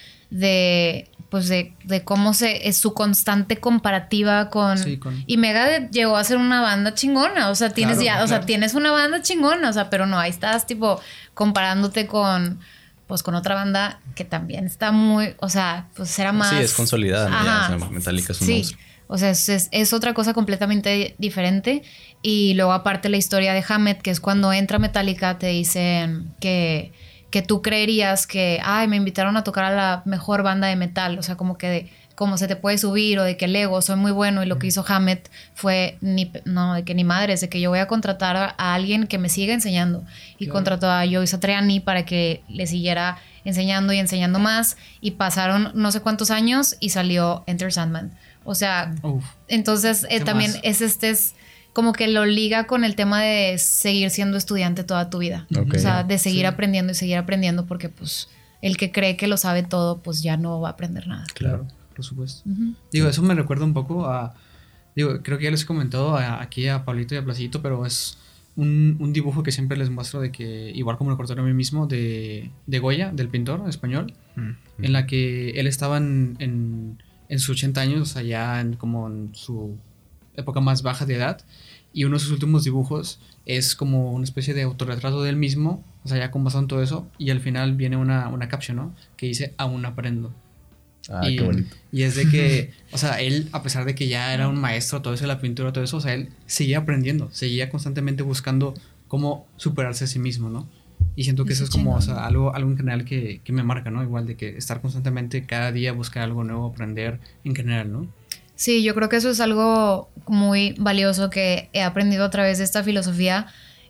de cómo es su constante comparativa con... Sí, Y Megadeth llegó a ser una banda chingona, o sea, tienes Claro. tienes una banda chingona, o sea, pero no, ahí estás tipo comparándote con otra banda que también está muy, o sea, pues era más... Sí, es consolidada. ¿no? Ajá. Ya, o sea, Metallica es un Sí, monstruo. o sea, es otra cosa completamente diferente. Y luego aparte la historia de Hammett, que es cuando entra Metallica, te dicen que tú creerías que, me invitaron a tocar a la mejor banda de metal, o sea, como que cómo se te puede subir o de que el ego, soy muy bueno, y lo que hizo Hammett fue de que ni madres, de que yo voy a contratar a alguien que me siga enseñando. Y Claro. contrató a Joey Satriani para que le siguiera enseñando y enseñando más, y pasaron no sé cuántos años y salió Enter Sandman. O sea, Uf. entonces ¿Qué también más? es como que lo liga con el tema de seguir siendo estudiante toda tu vida. Ok. O sea, de seguir Sí. aprendiendo y seguir aprendiendo, porque pues el que cree que lo sabe todo, pues ya no va a aprender nada. Claro, por supuesto. Ujú. Digo, eso me recuerda un poco a... Digo, creo que ya les he comentado aquí a Pablito y a Placito, pero es un dibujo que siempre les muestro de que, igual como lo cortaron a mí mismo, de Goya, del pintor español, en la que él estaba en sus 80 años, o sea, ya como en su época más baja de edad, y uno de sus últimos dibujos es como una especie de autorretrato de él mismo, o sea, ya con basado en todo eso, y al final viene una caption, ¿no? Que dice, aún aprendo. Qué bonito. Y es de que, o sea, él, a pesar de que ya era un maestro, todo eso de la pintura, todo eso, o sea, él seguía aprendiendo, seguía constantemente buscando cómo superarse a sí mismo, ¿no? Y siento que eso es como, o sea, algo en general que me marca, ¿no? Igual de que estar constantemente cada día, buscar algo nuevo, aprender en general, ¿no? Sí, yo creo que eso es algo muy valioso que he aprendido a través de esta filosofía.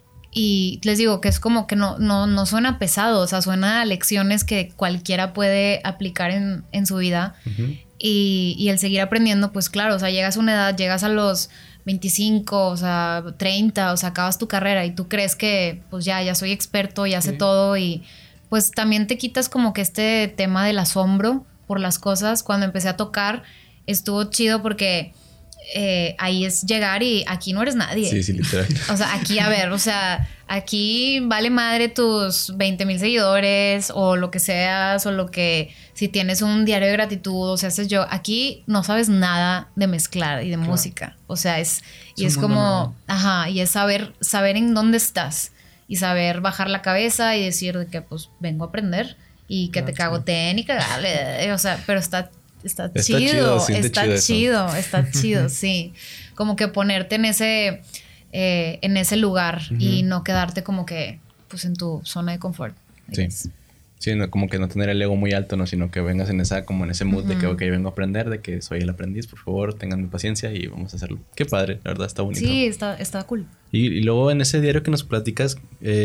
Y les digo que es como que no suena pesado, o sea, suena a lecciones que cualquiera puede aplicar en su vida. Ujú. Y el seguir aprendiendo, pues claro, o sea, llegas a una edad, llegas a los 25, o sea, 30, o sea, acabas tu carrera y tú crees que pues ya soy experto, ya sé Sí. todo, y pues también te quitas como que este tema del asombro por las cosas. Cuando empecé a tocar estuvo chido porque ahí es llegar y aquí no eres nadie. Sí, literal. O sea, aquí, a ver, o sea, aquí vale madre tus 20,000 seguidores o lo que seas, o lo que, si tienes un diario de gratitud, o sea, haces yo, aquí no sabes nada de mezclar y de música. O sea, es un mundo como, nuevo. ajá, y es saber en dónde estás y saber bajar la cabeza y decir de que pues vengo a aprender y que te cagoteen y cagarle, o sea, pero está chido, siente está chido, sí. Como que ponerte en ese lugar y no quedarte como que pues en tu zona de confort. Sí. Sí, no, como que no tener el ego muy alto, ¿no? Sino que vengas en ese mood de que, ok, vengo a aprender, de que soy el aprendiz, por favor, tengan mi paciencia y vamos a hacerlo. Qué padre, la verdad, está bonito. Sí, está cool. Y luego en ese diario que nos platicas,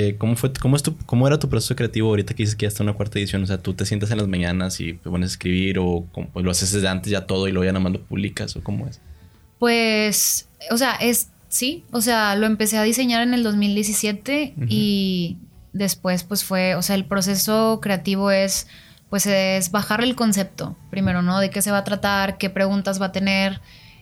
¿cómo era tu proceso creativo ahorita que dices que ya está una cuarta edición? O sea, ¿tú te sientas en las mañanas y te pones a escribir o pues, lo haces desde antes ya todo y luego ya nada más lo publicas o cómo es? Pues, o sea, sí, o sea, lo empecé a diseñar en el 2017 y después pues fue, o sea, el proceso creativo es bajar el concepto primero, ¿no? De qué se va a tratar, qué preguntas va a tener,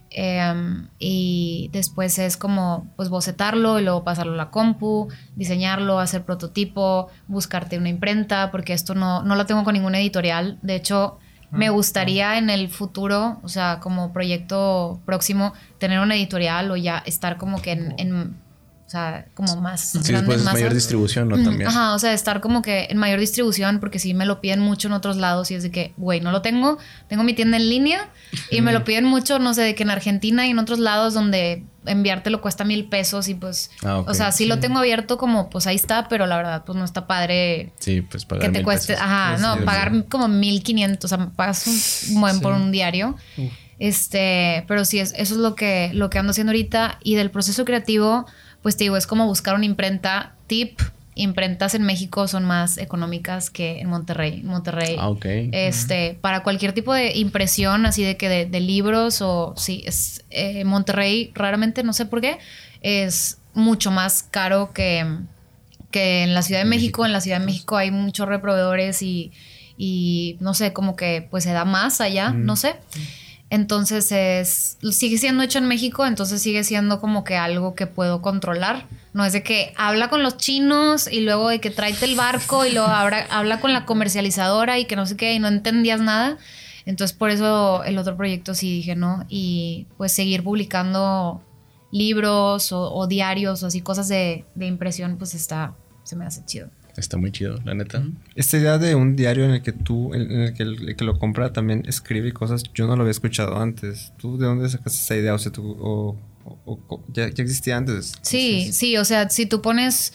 y después es como pues bocetarlo y luego pasarlo a la compu, diseñarlo, hacer prototipo, buscarte una imprenta, porque esto no lo tengo con ninguna editorial. De hecho, me gustaría en el futuro, o sea, como proyecto próximo, tener una editorial o ya estar como que o sea, como más Sí, grande, después más mayor distribución, ¿no? También. Ajá, o sea, estar como que en mayor distribución, porque sí me lo piden mucho en otros lados y es de que, güey, no lo tengo mi tienda en línea y me lo piden mucho, no sé, de que en Argentina y en otros lados donde enviártelo cuesta $1,000 y pues, okay. O sea, sí lo tengo abierto como, pues ahí está, pero la verdad, pues no está padre. Sí, pues pagar que te cueste, $1,000. ajá, Sí, no, sí, pagar sí. como 1,500, o sea, pagas un buen por un diario. Pero sí, eso es lo que ando haciendo ahorita. Y del proceso creativo, pues te digo, es como buscar una imprenta. Imprentas en México son más económicas que en Monterrey. Okay. Para cualquier tipo de impresión, así de que de libros o sí, es Monterrey raramente, no sé por qué, es mucho más caro que en la Ciudad de México. En la Ciudad de México hay muchos reproveedores y no sé, como que pues se da más allá, no sé. Entonces sigue siendo hecho en México, entonces sigue siendo como que algo que puedo controlar. No es de que habla con los chinos y luego de que tráete el barco y luego habla con la comercializadora y que no sé qué y no entendías nada. Entonces por eso el otro proyecto sí dije no. Y pues seguir publicando libros o diarios o así cosas de impresión pues se me hace chido. Está muy chido, la neta. Esta idea de un diario en el que el que lo compra también escribe cosas, yo no lo había escuchado antes. ¿Tú de dónde sacaste esa idea? O sea, ¿ya existía antes? Sí, o sea, si tú pones,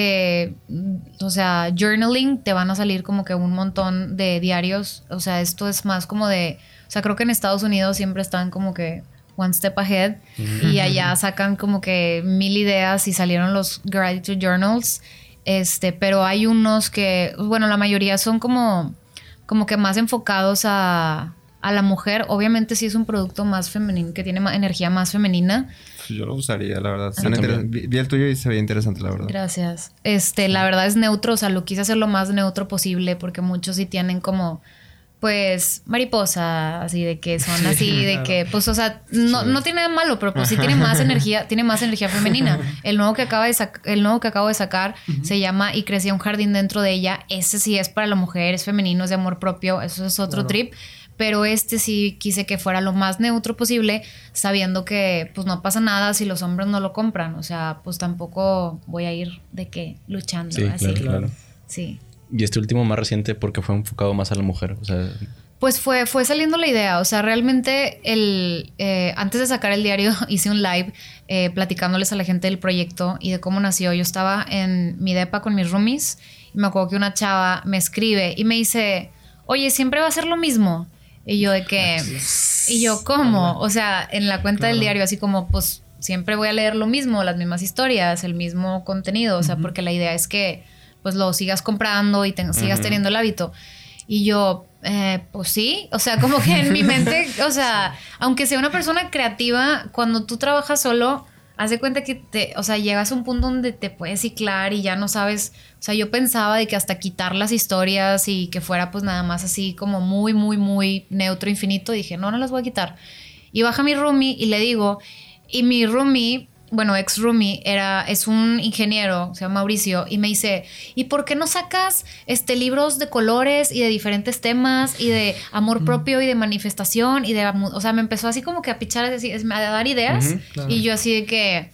journaling, te van a salir como que un montón de diarios. O sea, esto es más como o sea, creo que en Estados Unidos siempre están como que one step ahead y allá sacan como que 1,000 ideas y salieron los gratitude journals. Pero hay unos que, bueno, la mayoría son como que más enfocados a la mujer. Obviamente sí es un producto más femenino, que tiene energía más femenina. Yo lo usaría, la verdad. Vi el tuyo y se veía interesante, la verdad. Gracias. La verdad es neutro, o sea, lo quise hacer lo más neutro posible porque muchos sí tienen como, pues, mariposa, así de que son así, de que, pues, o sea, no tiene nada malo, pero pues sí tiene más energía femenina. El nuevo que acabo de sacar se llama Y crecía un jardín dentro de ella. Ese sí es para la mujer, es femenino, es de amor propio, eso es otro trip. Pero sí quise que fuera lo más neutro posible, sabiendo que pues no pasa nada si los hombres no lo compran. O sea, pues tampoco voy a ir de que luchando. Sí, así. claro. Sí. Y este último más reciente porque fue enfocado más a la mujer, o sea... Pues fue saliendo la idea, o sea, realmente antes de sacar el diario hice un live platicándoles a la gente del proyecto y de cómo nació. Yo estaba en mi depa con mis roomies y me acuerdo que una chava me escribe y me dice, oye, ¿siempre va a ser lo mismo? Y yo de que... Y yo, ¿cómo? O sea, en la cuenta del diario así como, pues siempre voy a leer lo mismo, las mismas historias, el mismo contenido, o sea, porque la idea es que pues lo sigas comprando y sigas teniendo el hábito. Y yo, pues sí, o sea, como que en mi mente, o sea, aunque sea una persona creativa, cuando tú trabajas solo, haz de cuenta que llegas a un punto donde te puedes ciclar y ya no sabes, o sea, yo pensaba de que hasta quitar las historias y que fuera pues nada más así como muy, muy, muy neutro, infinito, dije, no las voy a quitar. Y baja mi roomie y le digo, y mi roomie, bueno, ex roomie es un ingeniero, se llama Mauricio, y me dice, ¿y por qué no sacas libros de colores y de diferentes temas y de amor propio y de manifestación y de, o sea, me empezó así como que a pichar, a dar ideas, claro. Y yo así de que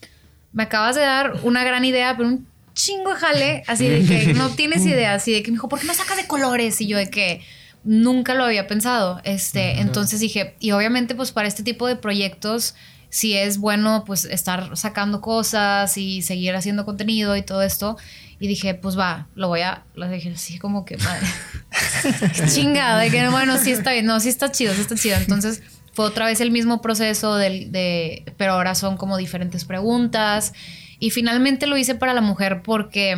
me acabas de dar una gran idea, pero un chingo de jale, así de que no tienes idea, así de que me dijo, ¿por qué no sacas de colores? Y yo de que nunca lo había pensado, entonces dije, y obviamente pues para este tipo de proyectos sí es bueno pues estar sacando cosas y seguir haciendo contenido y todo esto. Y dije, pues va, lo dije así como que madre. Qué chingada, de que bueno, sí está bien, no, sí está chido. Entonces fue otra vez el mismo proceso pero ahora son como diferentes preguntas. Y finalmente lo hice para la mujer porque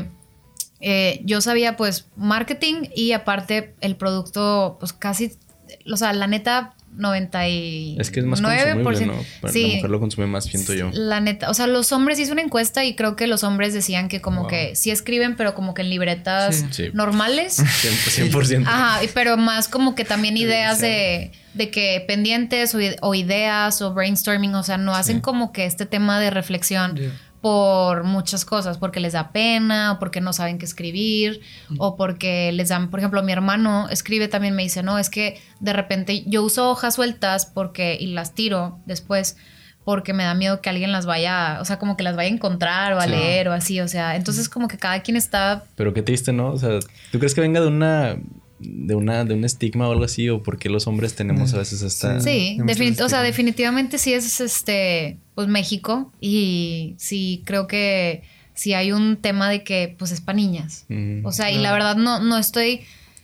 yo sabía pues marketing y aparte el producto pues casi, o sea, la neta 99%. Es que es más consumible, ¿no? Sí, la mujer lo consume más, siento yo. La neta, o sea, los hombres hice una encuesta y creo que los hombres decían que como que sí escriben, pero como que en libretas normales. 100%. Ajá, pero más como que también ideas de que pendientes o ideas o brainstorming, o sea, no hacen como que este tema de reflexión. Por muchas cosas, porque les da pena o porque no saben qué escribir o porque les dan, por ejemplo, mi hermano escribe también, me dice, no, es que de repente yo uso hojas sueltas y las tiro después porque me da miedo que alguien las vaya, o sea, como que las vaya a encontrar o a leer o así, o sea, entonces como que cada quien está... Pero qué triste, ¿no? O sea, ¿tú crees que venga de una de un estigma o algo así, o por qué los hombres tenemos a veces esta... Sí, definitivamente sí es pues México, y sí creo que sí hay un tema de que pues es para niñas. O sea, y la verdad no estoy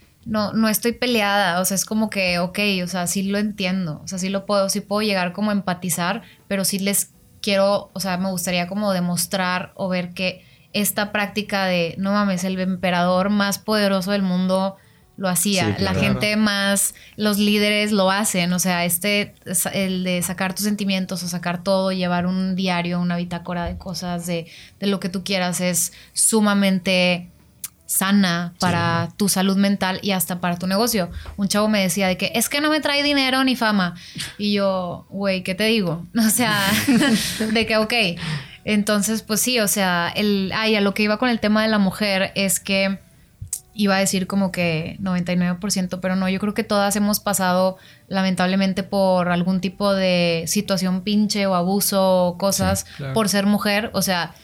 peleada, o sea, es como que ok, o sea, sí lo entiendo, o sea, sí puedo llegar como a empatizar, pero sí les quiero, o sea, me gustaría como demostrar o ver que esta práctica de, no mames, el emperador más poderoso del mundo lo hacía. Sí, claro. La gente más, los líderes lo hacen. O sea, el de sacar tus sentimientos o sacar todo, llevar un diario, una bitácora de cosas, de lo que tú quieras, es sumamente sana para tu salud mental y hasta para tu negocio. Un chavo me decía de que es que no me trae dinero ni fama. Y yo, güey, ¿qué te digo? O sea, de que ok. Entonces, pues sí, o sea, a lo que iba con el tema de la mujer es que iba a decir como que 99%, pero no, yo creo que todas hemos pasado lamentablemente por algún tipo de situación pinche o abuso o cosas por ser mujer. O sea,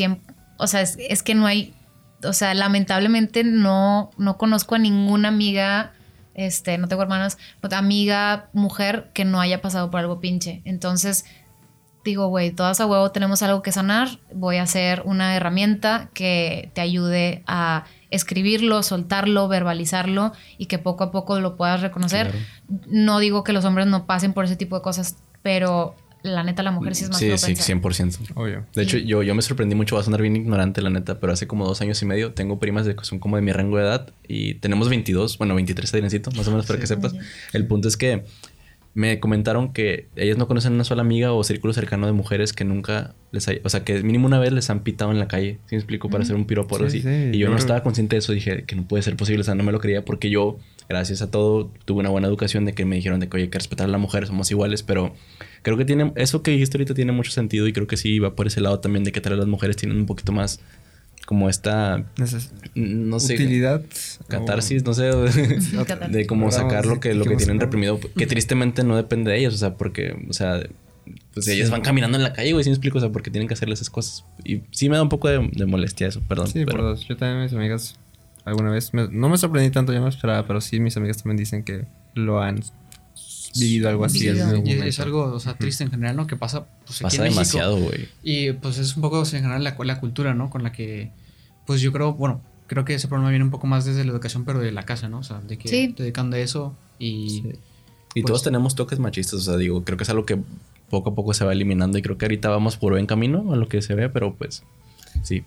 es que no hay, o sea, lamentablemente no conozco a ninguna amiga, no tengo hermanas, amiga mujer que no haya pasado por algo pinche. Entonces digo, güey, todas a huevo tenemos algo que sanar. Voy a hacer una herramienta que te ayude a escribirlo, soltarlo, verbalizarlo y que poco a poco lo puedas reconocer. Claro. No digo que los hombres no pasen por ese tipo de cosas, pero la neta la mujer sí es más propensa. Sí, 100%. Obvio. De hecho, yo me sorprendí mucho, va a sonar bien ignorante la neta, pero hace como 2 años y medio tengo primas que son como de mi rango de edad y tenemos 22, bueno, 23 Adriancito, más o menos para que sepas. El punto es que me comentaron que ellas no conocen una sola amiga o círculo cercano de mujeres que nunca les hay... O sea, que mínimo una vez les han pitado en la calle, ¿sí me explico? Para hacer un piropo así. Sí, y yo no estaba consciente de eso. Dije que no puede ser posible. O sea, no me lo creía porque yo, gracias a todo, tuve una buena educación de que me dijeron de que, oye, hay que respetar a la mujer, somos iguales. Pero creo que eso que dijiste ahorita tiene mucho sentido y creo que sí va por ese lado también de que tal vez las mujeres tienen un poquito más... como esta... no sé... utilidad. Catarsis, no sé. De cómo sacar lo que tienen reprimido. Que tristemente no depende de ellos. O sea, porque... O sea... Pues ellas van caminando en la calle, güey. ¿Sí me explico? O sea, porque tienen que hacerle esas cosas. Y sí me da un poco de molestia eso. Perdón. Sí, pero... Yo también, mis amigas... Alguna vez... no me sorprendí tanto, ya me esperaba. Pero sí, mis amigas también dicen que lo han... vivido algo así. Es algo, o sea, triste en general, ¿no? Que pasa, pues, pasa aquí en demasiado, güey. Y pues es un poco, en general, la cultura, ¿no? Con la que, pues yo creo que ese problema viene un poco más desde la educación, pero de la casa, ¿no? O sea, de que te dedican de eso y... Sí. Y pues, todos tenemos toques machistas, o sea, digo, creo que es algo que poco a poco se va eliminando y creo que ahorita vamos por buen camino a lo que se ve, pero pues... Sí,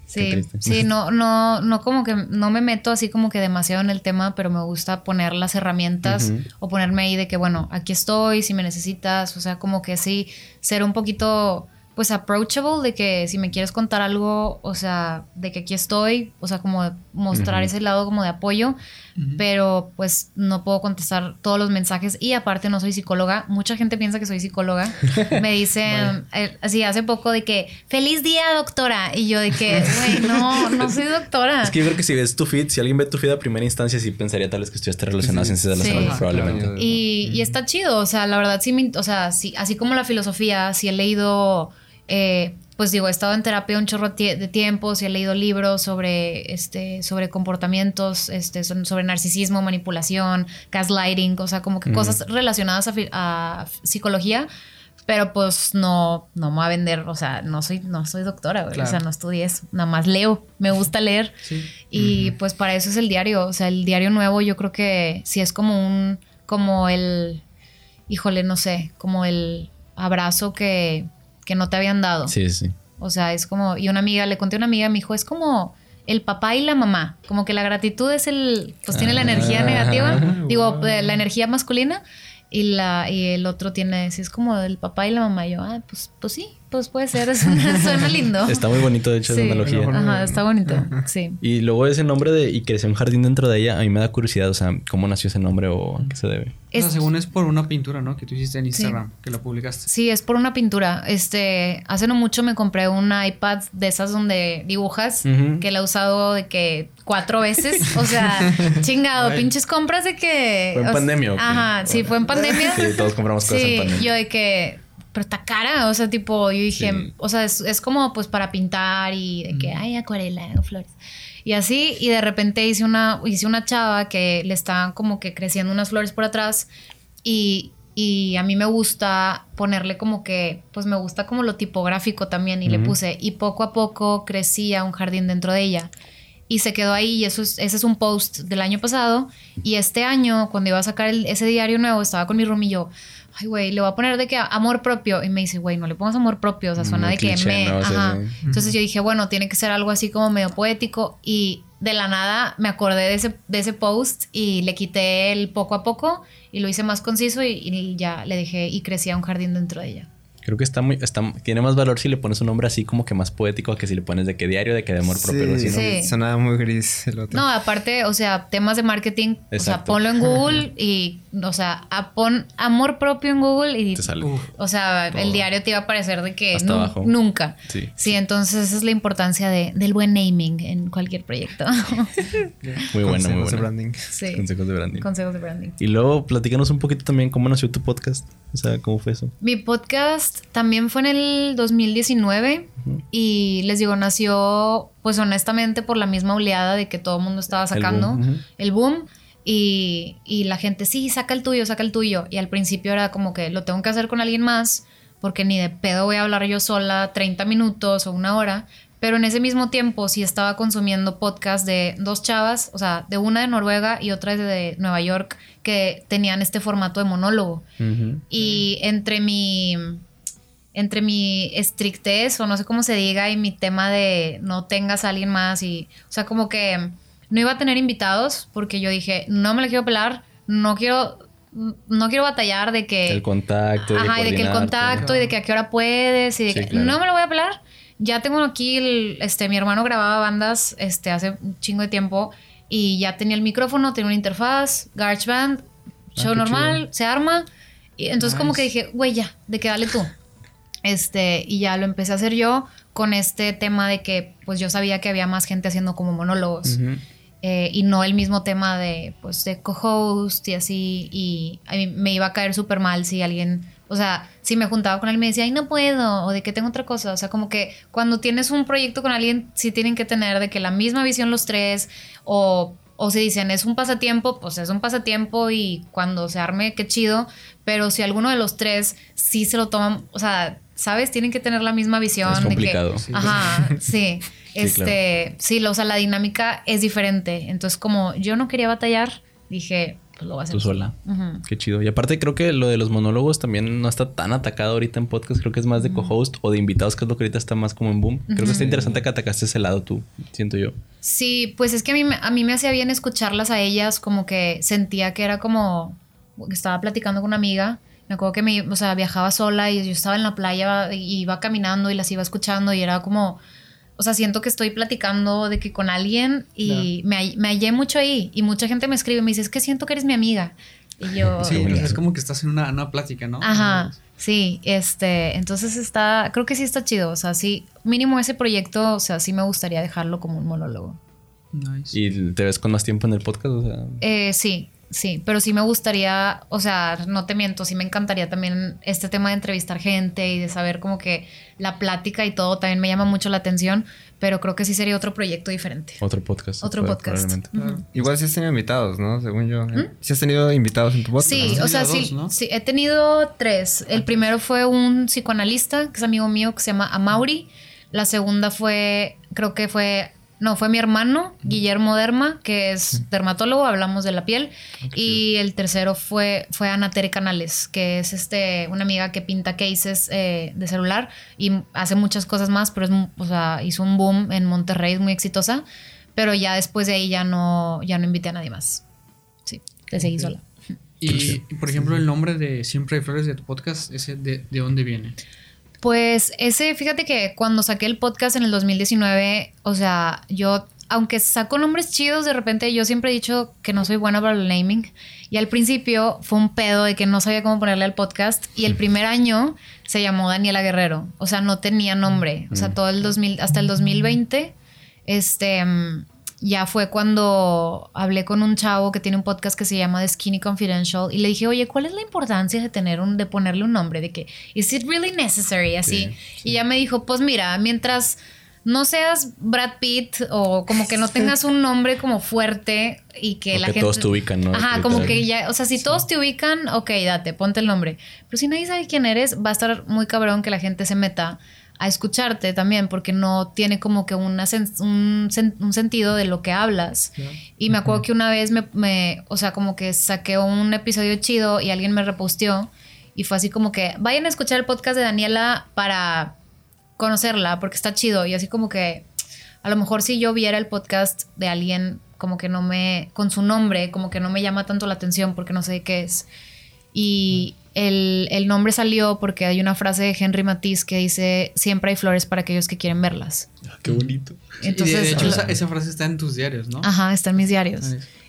no como que no me meto así como que demasiado en el tema, pero me gusta poner las herramientas o ponerme ahí de que bueno, aquí estoy si me necesitas, o sea, como que sí, ser un poquito pues approachable, de que si me quieres contar algo, o sea, de que aquí estoy, o sea, como mostrar ese lado como de apoyo, pero pues no puedo contestar todos los mensajes y aparte no soy psicóloga. Mucha gente piensa que soy psicóloga. Me dicen así hace poco de que feliz día, doctora, y yo de que güey, no soy doctora. Es que yo creo que si ves tu feed, si alguien ve tu feed a primera instancia, sí pensaría tal vez que estudiaste relacionado a ciencias de la salud, probablemente. Claro. Y está chido, o sea, la verdad sí, o sea, sí, así como la filosofía, sí he leído pues digo, he estado en terapia un chorro de tiempo, sí he leído libros sobre comportamientos, sobre narcisismo, manipulación, gaslighting, o sea, como que cosas relacionadas a psicología, pero pues no me voy a vender, o sea, no soy doctora, güey, claro. O sea, no estudié eso, nada más leo, me gusta leer y pues para eso es el diario, o sea, el diario nuevo yo creo que sí es como el abrazo que no te habían dado. Sí. O sea, es como... Y le conté a una amiga, me dijo, es como el papá y la mamá. Como que la gratitud es tiene la energía negativa. Digo, la energía masculina. Y el otro tiene... Sí, es como el papá y la mamá. Y yo, pues sí. Pues puede ser. Suena lindo. Está muy bonito, de hecho, esa analogía. Ajá, está bonito. Sí. Y luego ese nombre y creció un jardín dentro de ella, a mí me da curiosidad. O sea, ¿cómo nació ese nombre o a qué se debe? O sea, según es por una pintura, ¿no? Que tú hiciste en Instagram, que la publicaste. Sí, es por una pintura. Hace no mucho me compré un iPad de esas donde dibujas, que la he usado de que 4 veces. O sea, chingado, pinches compras de que... Fue en pandemia. Ajá, sí, fue en pandemia. Sí, todos compramos cosas en pandemia. Yo de que... Pero está cara, o sea, tipo, yo dije... Sí. O sea, es como pues para pintar y de que hay acuarela o flores. Y así, y de repente hice una chava que le estaban como que creciendo unas flores por atrás y a mí me gusta ponerle como que, pues me gusta como lo tipográfico también y le puse, y poco a poco crecía un jardín dentro de ella. Y se quedó ahí y ese es un post del año pasado. Y este año, cuando iba a sacar ese diario nuevo, estaba con mi roomie y yo, ay, güey, le voy a poner de que amor propio. Y me dice, güey, no le pongas amor propio. O sea, suena de cliché, que ¿no? Ajá. Sí. Entonces yo dije, bueno, tiene que ser algo así como medio poético. Y de la nada me acordé de ese post y le quité el poco a poco y lo hice más conciso y ya le dejé y crecía un jardín dentro de ella. Creo que tiene más valor si le pones un nombre así como que más poético que si le pones de que diario, de que de amor propio. Así, ¿no? Sí. Sonaba muy gris el otro. No, aparte, o sea, temas de marketing, exacto. O sea, ponlo en Google y, o sea, pon amor propio en Google y te sale. O sea, todo. El diario te iba a aparecer de que nunca. Sí, entonces esa es la importancia del buen naming en cualquier proyecto. Muy bueno, muy bueno. Consejos de branding. Sí. Consejos de branding. Y luego platícanos un poquito también cómo nació tu podcast. O sea, ¿cómo fue eso? Mi podcast también fue en el 2019 y les digo, nació pues honestamente por la misma oleada de que todo el mundo estaba sacando el boom y la gente, sí, saca el tuyo. Y al principio era como que lo tengo que hacer con alguien más porque ni de pedo voy a hablar yo sola 30 minutos o una hora. Pero en ese mismo tiempo sí estaba consumiendo podcast de dos chavas, o sea, de una de Noruega y otra de Nueva York, que tenían este formato de monólogo. Y entre mi estrictez, o no sé cómo se diga, y mi tema de no tengas a alguien más, y, o sea, como que no iba a tener invitados, porque yo dije, no me la quiero pelar, no quiero batallar de que... El contacto. Ajá, y de que el contacto, y de que a qué hora puedes, y de que claro. No me lo voy a pelar. Ya tengo aquí, mi hermano grababa bandas hace un chingo de tiempo y ya tenía el micrófono, tenía una interfaz, GarageBand, show normal, chido. Se arma. Y entonces como que dije, güey, ya, de que dale tú. Y ya lo empecé a hacer yo con este tema de que pues yo sabía que había más gente haciendo como monólogos. Y no el mismo tema de co-host y así. Y a mí me iba a caer súper mal si alguien... O sea, si me juntaba con él y me decía, ay, no puedo, o de que tengo otra cosa. O sea, como que cuando tienes un proyecto con alguien, sí tienen que tener de que la misma visión los tres, o si dicen, es un pasatiempo, pues es un pasatiempo y cuando se arme, qué chido. Pero si alguno de los tres sí se lo toman, o sea, ¿sabes? Tienen que tener la misma visión. Es complicado. De que, ajá, sí. Claro. Sí, o sea, la dinámica es diferente. Entonces, como yo no quería batallar, dije... Pues lo vas a hacer tú sola. Qué chido. Y aparte creo que lo de los monólogos también no está tan atacado ahorita en podcast. Creo que es más de co-host o de invitados, que es lo que ahorita está más como en boom. Creo que está interesante que atacaste ese lado tú, siento yo. Sí, pues es que a mí me hacía bien escucharlas a ellas, como que sentía que era como... Estaba platicando con una amiga. Me acuerdo que viajaba sola y yo estaba en la playa y iba caminando y las iba escuchando y era como... O sea, siento que estoy platicando de que con alguien y me hallé mucho ahí. Y mucha gente me escribe y me dice, es que siento que eres mi amiga. Y yo... Sí, es como que estás en una plática, ¿no? Ajá, sí. Entonces creo que sí está chido. O sea, sí, mínimo ese proyecto, o sea, sí me gustaría dejarlo como un monólogo. Nice. ¿Y te ves con más tiempo en el podcast? O sea... Sí, pero sí me gustaría, o sea, no te miento, sí me encantaría también este tema de entrevistar gente y de saber como que la plática y todo también me llama mucho la atención, pero creo que sí sería otro proyecto diferente. Otro podcast. Probablemente. Igual sí has tenido invitados, ¿no? Según yo. ¿Sí has tenido invitados en tu podcast? Sí, o sea, sí, ¿no? Sí, he tenido 3. El primero fue un psicoanalista, que es amigo mío, que se llama Amaury. La segunda fue mi hermano, Guillermo Derma, que es dermatólogo, hablamos de la piel. Y el tercero fue Ana Tere Canales, que es una amiga que pinta cases de celular y hace muchas cosas más, pero hizo un boom en Monterrey, es muy exitosa. Pero ya después de ahí ya no invité a nadie más. Sí, le seguí sola. Y, por ejemplo, el nombre de Siempre hay Flores de tu podcast, ¿ese de dónde viene? Pues fíjate que cuando saqué el podcast en el 2019, o sea, yo, aunque saco nombres chidos, de repente yo siempre he dicho que no soy buena para el naming. Y al principio fue un pedo de que no sabía cómo ponerle al podcast. Y el primer año se llamó Daniela Guerrero. O sea, no tenía nombre. O sea, hasta el 2020, ya fue cuando hablé con un chavo que tiene un podcast que se llama The Skinny Confidential y le dije, oye, ¿cuál es la importancia de ponerle un nombre? De que, ¿is it really necessary? Así. Sí. Y ya me dijo, pues mira, mientras no seas Brad Pitt o como que no tengas un nombre como fuerte y que o la que gente... todos te ubican, ¿no? Ajá, como que ya... O sea, si todos te ubican, ok, date, ponte el nombre. Pero si nadie sabe quién eres, va a estar muy cabrón que la gente se meta a escucharte también, porque no tiene como que un sentido de lo que hablas. Yeah. Y me acuerdo que una vez o sea, como que saqué un episodio chido y alguien me reposteó y fue así como que vayan a escuchar el podcast de Daniela para conocerla, porque está chido. Y así como que a lo mejor si yo viera el podcast de alguien como que no me... con su nombre, como que no me llama tanto la atención porque no sé de qué es. Y... El nombre salió porque hay una frase de Henry Matisse que dice: siempre hay flores para aquellos que quieren verlas. Qué bonito. Entonces, de hecho, esa frase está en tus diarios, ¿no? Ajá, está en mis diarios.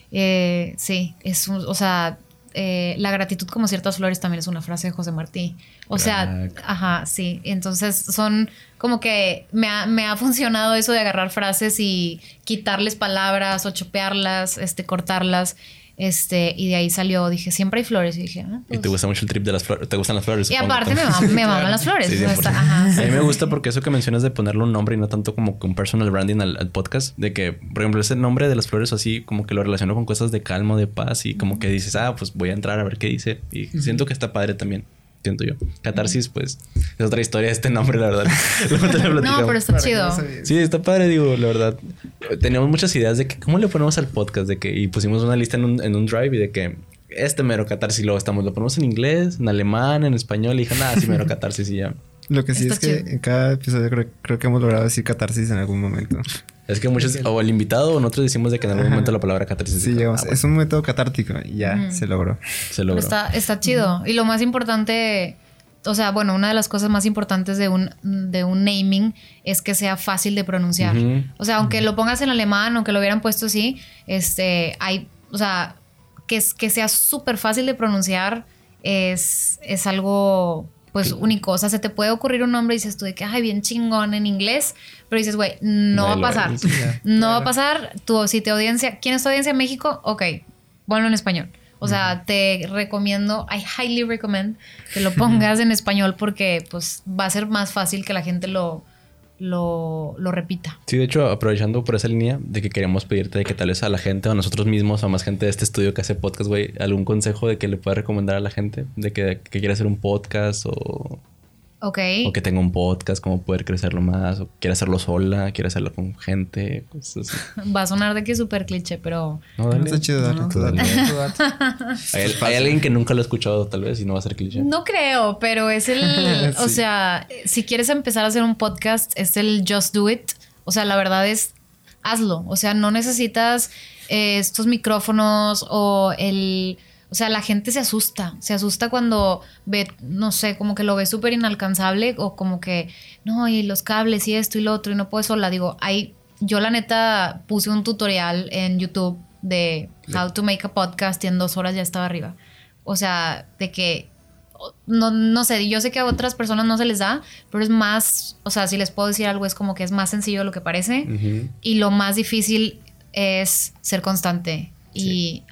Sí, o sea, la gratitud como ciertas flores también es una frase de José Martí. O sea, ajá, sí. Entonces son como que me ha funcionado eso de agarrar frases y quitarles palabras o chopearlas, cortarlas. Y de ahí salió, dije, siempre hay flores. Y dije, pues. Y te gusta mucho el trip de las flores. ¿Te gustan las flores? Y aparte me maman las flores. Sí, ajá, sí. A mí me gusta porque eso que mencionas de ponerle un nombre y no tanto como un personal branding al podcast. De que, por ejemplo, ese nombre de las flores así como que lo relaciono con cosas de calma, de paz. Y como que dices, pues voy a entrar a ver qué dice. Y siento que está padre también. Siento yo. Catarsis, pues, es otra historia este nombre, la verdad. No, pero está chido. Sí, está padre, digo, la verdad. Teníamos muchas ideas de que cómo le ponemos al podcast, y pusimos una lista en un drive y de que mero Catarsis, luego lo ponemos en inglés, en alemán, en español, y dije, sí, mero Catarsis y ya. Lo que sí está es chido. Que en cada episodio creo que hemos logrado decir Catarsis en algún momento. Es que muchos, o el invitado o nosotros decimos de que en algún momento la palabra catarsis. Sí, llegamos. Es un método catártico y ya se logró. Se logró. Está chido. Y lo más importante, o sea, bueno, una de las cosas más importantes de un naming es que sea fácil de pronunciar. O sea, aunque lo pongas en alemán, aunque lo hubieran puesto así, o sea, que sea súper fácil de pronunciar es algo... pues único, o sea, se te puede ocurrir un nombre y dices tú de que, bien chingón en inglés, pero dices, güey, no va a pasar. No va a pasar. Si te audiencia, ¿quién es tu audiencia en México? Ok, ponlo en español. O sea, te recomiendo, I highly recommend que lo pongas en español porque pues va a ser más fácil que la gente lo repita. Sí, de hecho, aprovechando por esa línea de que queríamos pedirte de que tal vez a la gente o a nosotros mismos o a más gente de este estudio que hace podcast, güey, algún consejo de que le pueda recomendar a la gente de que quiera hacer un podcast o que tenga un podcast, cómo poder crecerlo más, o quiera hacerlo sola, quiera hacerlo con gente, cosas así. Va a sonar de que es súper cliché, pero... No, dale. Está chido, dale. Hay alguien que nunca lo ha escuchado tal vez y no va a ser cliché. No creo, pero es el... sí. O sea, si quieres empezar a hacer un podcast, es el just do it. O sea, la verdad es... hazlo. O sea, no necesitas estos micrófonos o el... O sea, la gente se asusta cuando ve, no sé, como que lo ve súper inalcanzable o como que, no, y los cables y esto y lo otro y no puedo sola. Digo, yo la neta puse un tutorial en YouTube de how to make a podcast y en 2 horas ya estaba arriba. O sea, de que, no sé, yo sé que a otras personas no se les da, pero es más, o sea, si les puedo decir algo, es como que es más sencillo de lo que parece y lo más difícil es ser constante y,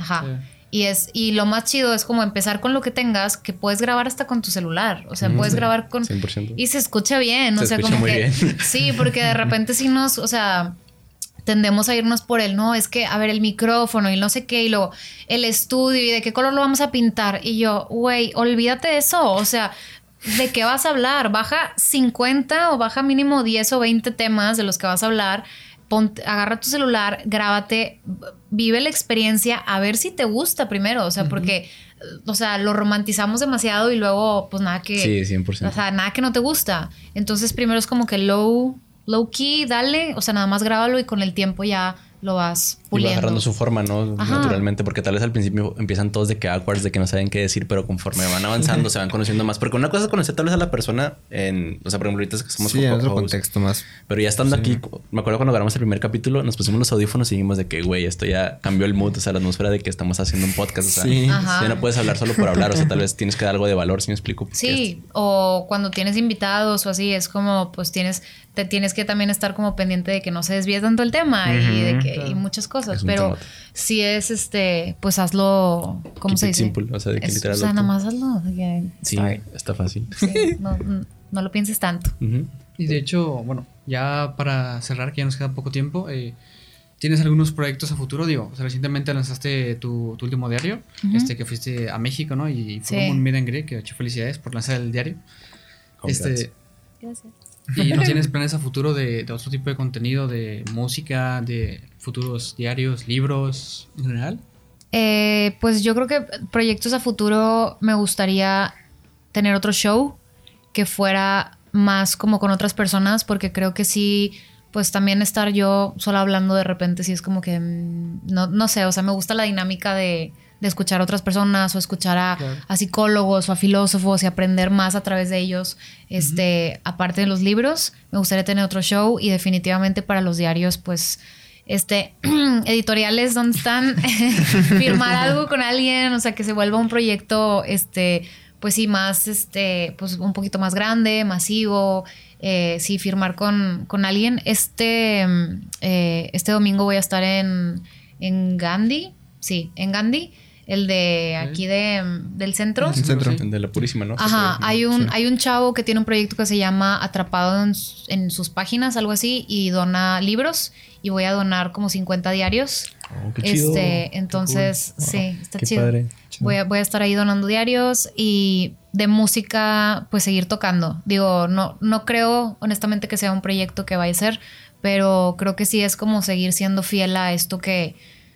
Y lo más chido es como empezar con lo que tengas, que puedes grabar hasta con tu celular. O sea, puedes grabar con... 100%. Y se escucha bien. Se escucha como muy bien. Sí, porque de repente sí o sea, tendemos a irnos por es que, a ver, el micrófono y no sé qué, y luego el estudio y de qué color lo vamos a pintar. Y yo, güey, olvídate de eso. O sea, ¿de qué vas a hablar? Baja 50 o baja mínimo 10 o 20 temas de los que vas a hablar. Agarra tu celular, grábate, vive la experiencia, a ver si te gusta primero, o sea, porque, o sea, lo romantizamos demasiado y luego, pues nada que... Sí, 100%. O sea, nada que no te gusta. Entonces, primero es como que low key, dale, o sea, nada más grábalo y con el tiempo ya lo vas puliendo. Y va agarrando su forma, ¿no? Ajá. Naturalmente, porque tal vez al principio empiezan todos de que awkward, de que no saben qué decir, pero conforme van avanzando se van conociendo más. Porque una cosa es conocer tal vez a la persona o sea, por ejemplo, ahorita es que somos en otro contexto más. Pero ya estando aquí, me acuerdo cuando grabamos el primer capítulo, nos pusimos los audífonos y dijimos de que, güey, esto ya cambió el mood, o sea, la atmósfera de que estamos haciendo un podcast, o sea, ya no puedes hablar solo por hablar, o sea, tal vez tienes que dar algo de valor, si me explico. Sí, o cuando tienes invitados o así, es como, pues te tienes que también estar como pendiente de que no se desvíe tanto el tema y de que y muchas cosas. Pero si es pues hazlo, ¿cómo se dice? Simple, o sea, de que literal. O sea, nada más hazlo. Sí, está fácil. Sí, no lo pienses tanto. Y de hecho, bueno, ya para cerrar, que ya nos queda poco tiempo, ¿tienes algunos proyectos a futuro? Digo, o sea, recientemente lanzaste tu último diario, que fuiste a México, ¿no? Y fue un meet and greet, que de hecho felicidades por lanzar el diario. Gracias. ¿Y no tienes planes a futuro de otro tipo de contenido, de música, de futuros diarios, libros en general? Pues yo creo que proyectos a futuro me gustaría tener otro show que fuera más como con otras personas, porque creo que sí, pues también estar yo sola hablando de repente sí es como que no sé, o sea, me gusta la dinámica de escuchar a otras personas o escuchar a psicólogos o a filósofos y aprender más a través de ellos. Aparte de los libros, me gustaría tener otro show, y definitivamente para los diarios, pues editoriales donde están firmar algo con alguien, o sea, que se vuelva un proyecto pues sí, más pues un poquito más grande, masivo. Sí, firmar con alguien. Este domingo voy a estar en Gandhi. Sí, en Gandhi. El de aquí del centro. El centro, de la Purísima, ¿no? Ajá, hay un chavo que tiene un proyecto que se llama Atrapado en sus páginas, algo así, y dona libros, y voy a donar como 50 diarios. Oh, qué chido. Entonces, cool. Sí, está qué chido. Padre. Voy a estar ahí donando diarios, y de música, pues seguir tocando. Digo, no creo honestamente que sea un proyecto que vaya a ser, pero creo que sí es como seguir siendo fiel a esto que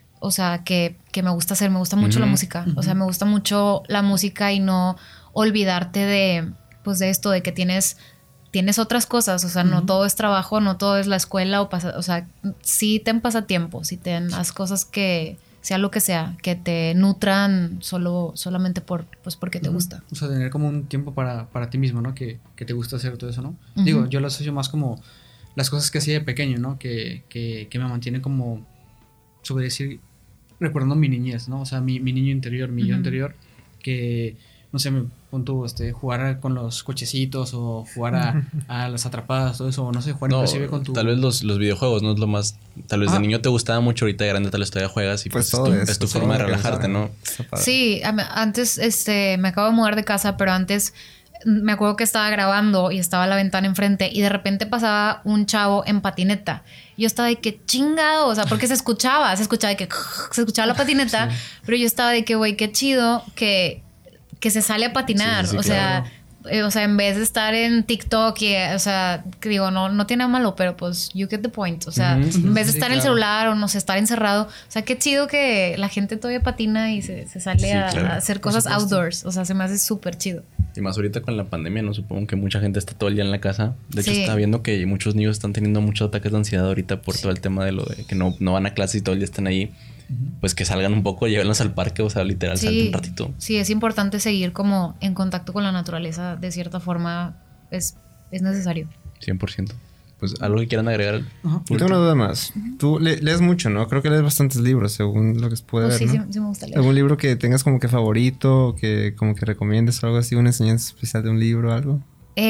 me gusta hacer. Me gusta mucho la música. O sea, me gusta mucho la música, y no olvidarte de esto, de que tienes otras cosas. O sea, no todo es trabajo, no todo es la escuela, o sea, sí ten pasatiempo, sí haz cosas que sea lo que sea, que te nutran solamente porque te gusta. O sea, tener como un tiempo para ti mismo, ¿no? Que te gusta hacer todo eso, ¿no? Digo, yo lo asocio más como las cosas que hacía de pequeño, ¿no? Que me mantienen como, sobre decir, recordando mi niñez, ¿no? O sea, mi niño interior, mi yo interior, que, no sé, me punto jugar con los cochecitos, o jugar a las atrapadas, todo eso, o no sé, jugar inclusive con tu... Tal vez los videojuegos no es lo más... Tal vez de niño te gustaba mucho, ahorita de grande tal vez todavía juegas, y pues es tu forma de relajarte, ¿no? Sí, antes me acabo de mudar de casa, pero antes me acuerdo que estaba grabando y estaba la ventana enfrente, y de repente pasaba un chavo en patineta. Yo estaba de que chingado, o sea, porque se escuchaba de que se escuchaba la patineta, pero yo estaba de que, güey, qué chido que se sale a patinar. Sí, claro. O sea, en vez de estar en TikTok y, o sea, que digo, no tiene nada malo, pero pues you get the point. O sea, en vez de estar en el celular o no sé, estar encerrado. O sea, qué chido que la gente todavía patina y se sale a hacer cosas outdoors. O sea, se me hace súper chido. Y más ahorita con la pandemia, ¿no? Supongo que mucha gente está todo el día en la casa. De hecho, está viendo que muchos niños están teniendo muchos ataques de ansiedad ahorita por todo el tema de lo de que no van a clase y todo el día están ahí. Pues que salgan un poco, llévenlos al parque, o sea, literal, salten un ratito. Sí, es importante seguir como en contacto con la naturaleza. De cierta forma, es necesario. 100%. Pues, ¿algo que quieran agregar? Yo tengo una duda más. Tú lees mucho, ¿no? Creo que lees bastantes libros, según lo que se puede ver, sí, ¿no? sí me gusta leer. ¿Algún libro que tengas como que favorito, que como que recomiendes o algo así? ¿Una enseñanza especial de un libro o algo?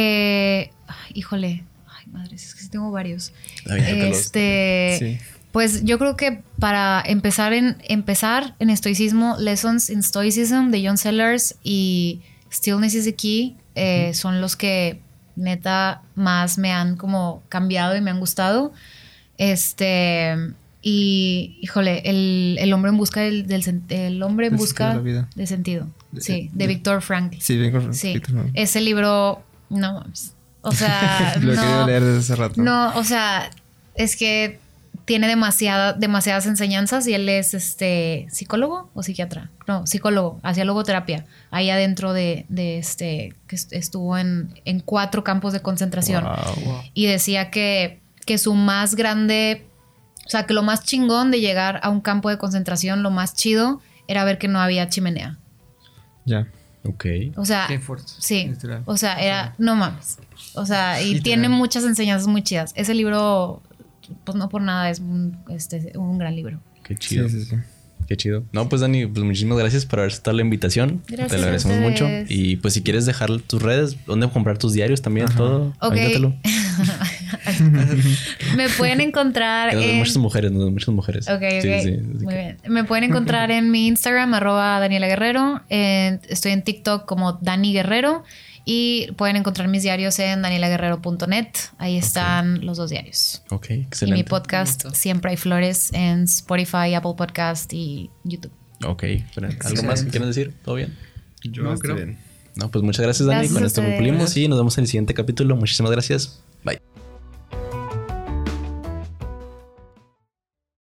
Híjole. Ay, madre, es que sí tengo varios. Sí. Pues yo creo que para empezar en estoicismo, Lessons in Stoicism de John Sellers y Stillness is the Key son los que neta más me han como cambiado y me han gustado. Y híjole, el hombre en busca el hombre en busca de sentido. Sí, de Viktor Frankl. Sí, sí. Ese libro, no mames. O sea, lo he querido leer desde hace rato. No, o sea, es que tiene demasiadas enseñanzas, y él es psicólogo o psiquiatra. No, psicólogo, hacía logoterapia ahí adentro de que estuvo en 4 campos de concentración. Wow. Y decía que su más grande, o sea, que lo más chingón de llegar a un campo de concentración, lo más chido era ver que no había chimenea. Ya. Ok. O sea, qué fuerte. Sí. Literal. O sea, era, no mames. O sea, y literal. Tiene muchas enseñanzas muy chidas. Ese libro, pues no por nada es un gran libro. Qué chido. Sí. Qué chido. No, pues Dani, pues muchísimas gracias por haber aceptado la invitación. Gracias. Te lo agradecemos mucho. Y pues si quieres dejar tus redes, dónde comprar tus diarios también, todo. Ok. Me pueden encontrar en... muchas mujeres. Ok. Sí, muy bien. Me pueden encontrar en mi Instagram, @Daniela Guerrero. Estoy en TikTok como Dani Guerrero. Y pueden encontrar mis diarios en danielaguerrero.net. Ahí están los 2 diarios. Ok, excelente. Y mi podcast Siempre hay flores en Spotify, Apple Podcast y YouTube. Ok, ¿algo más que quieran decir? ¿Todo bien? Yo no creo bien. No, pues muchas gracias, Dani. Con esto concluimos y nos vemos en el siguiente capítulo. Muchísimas gracias. Bye.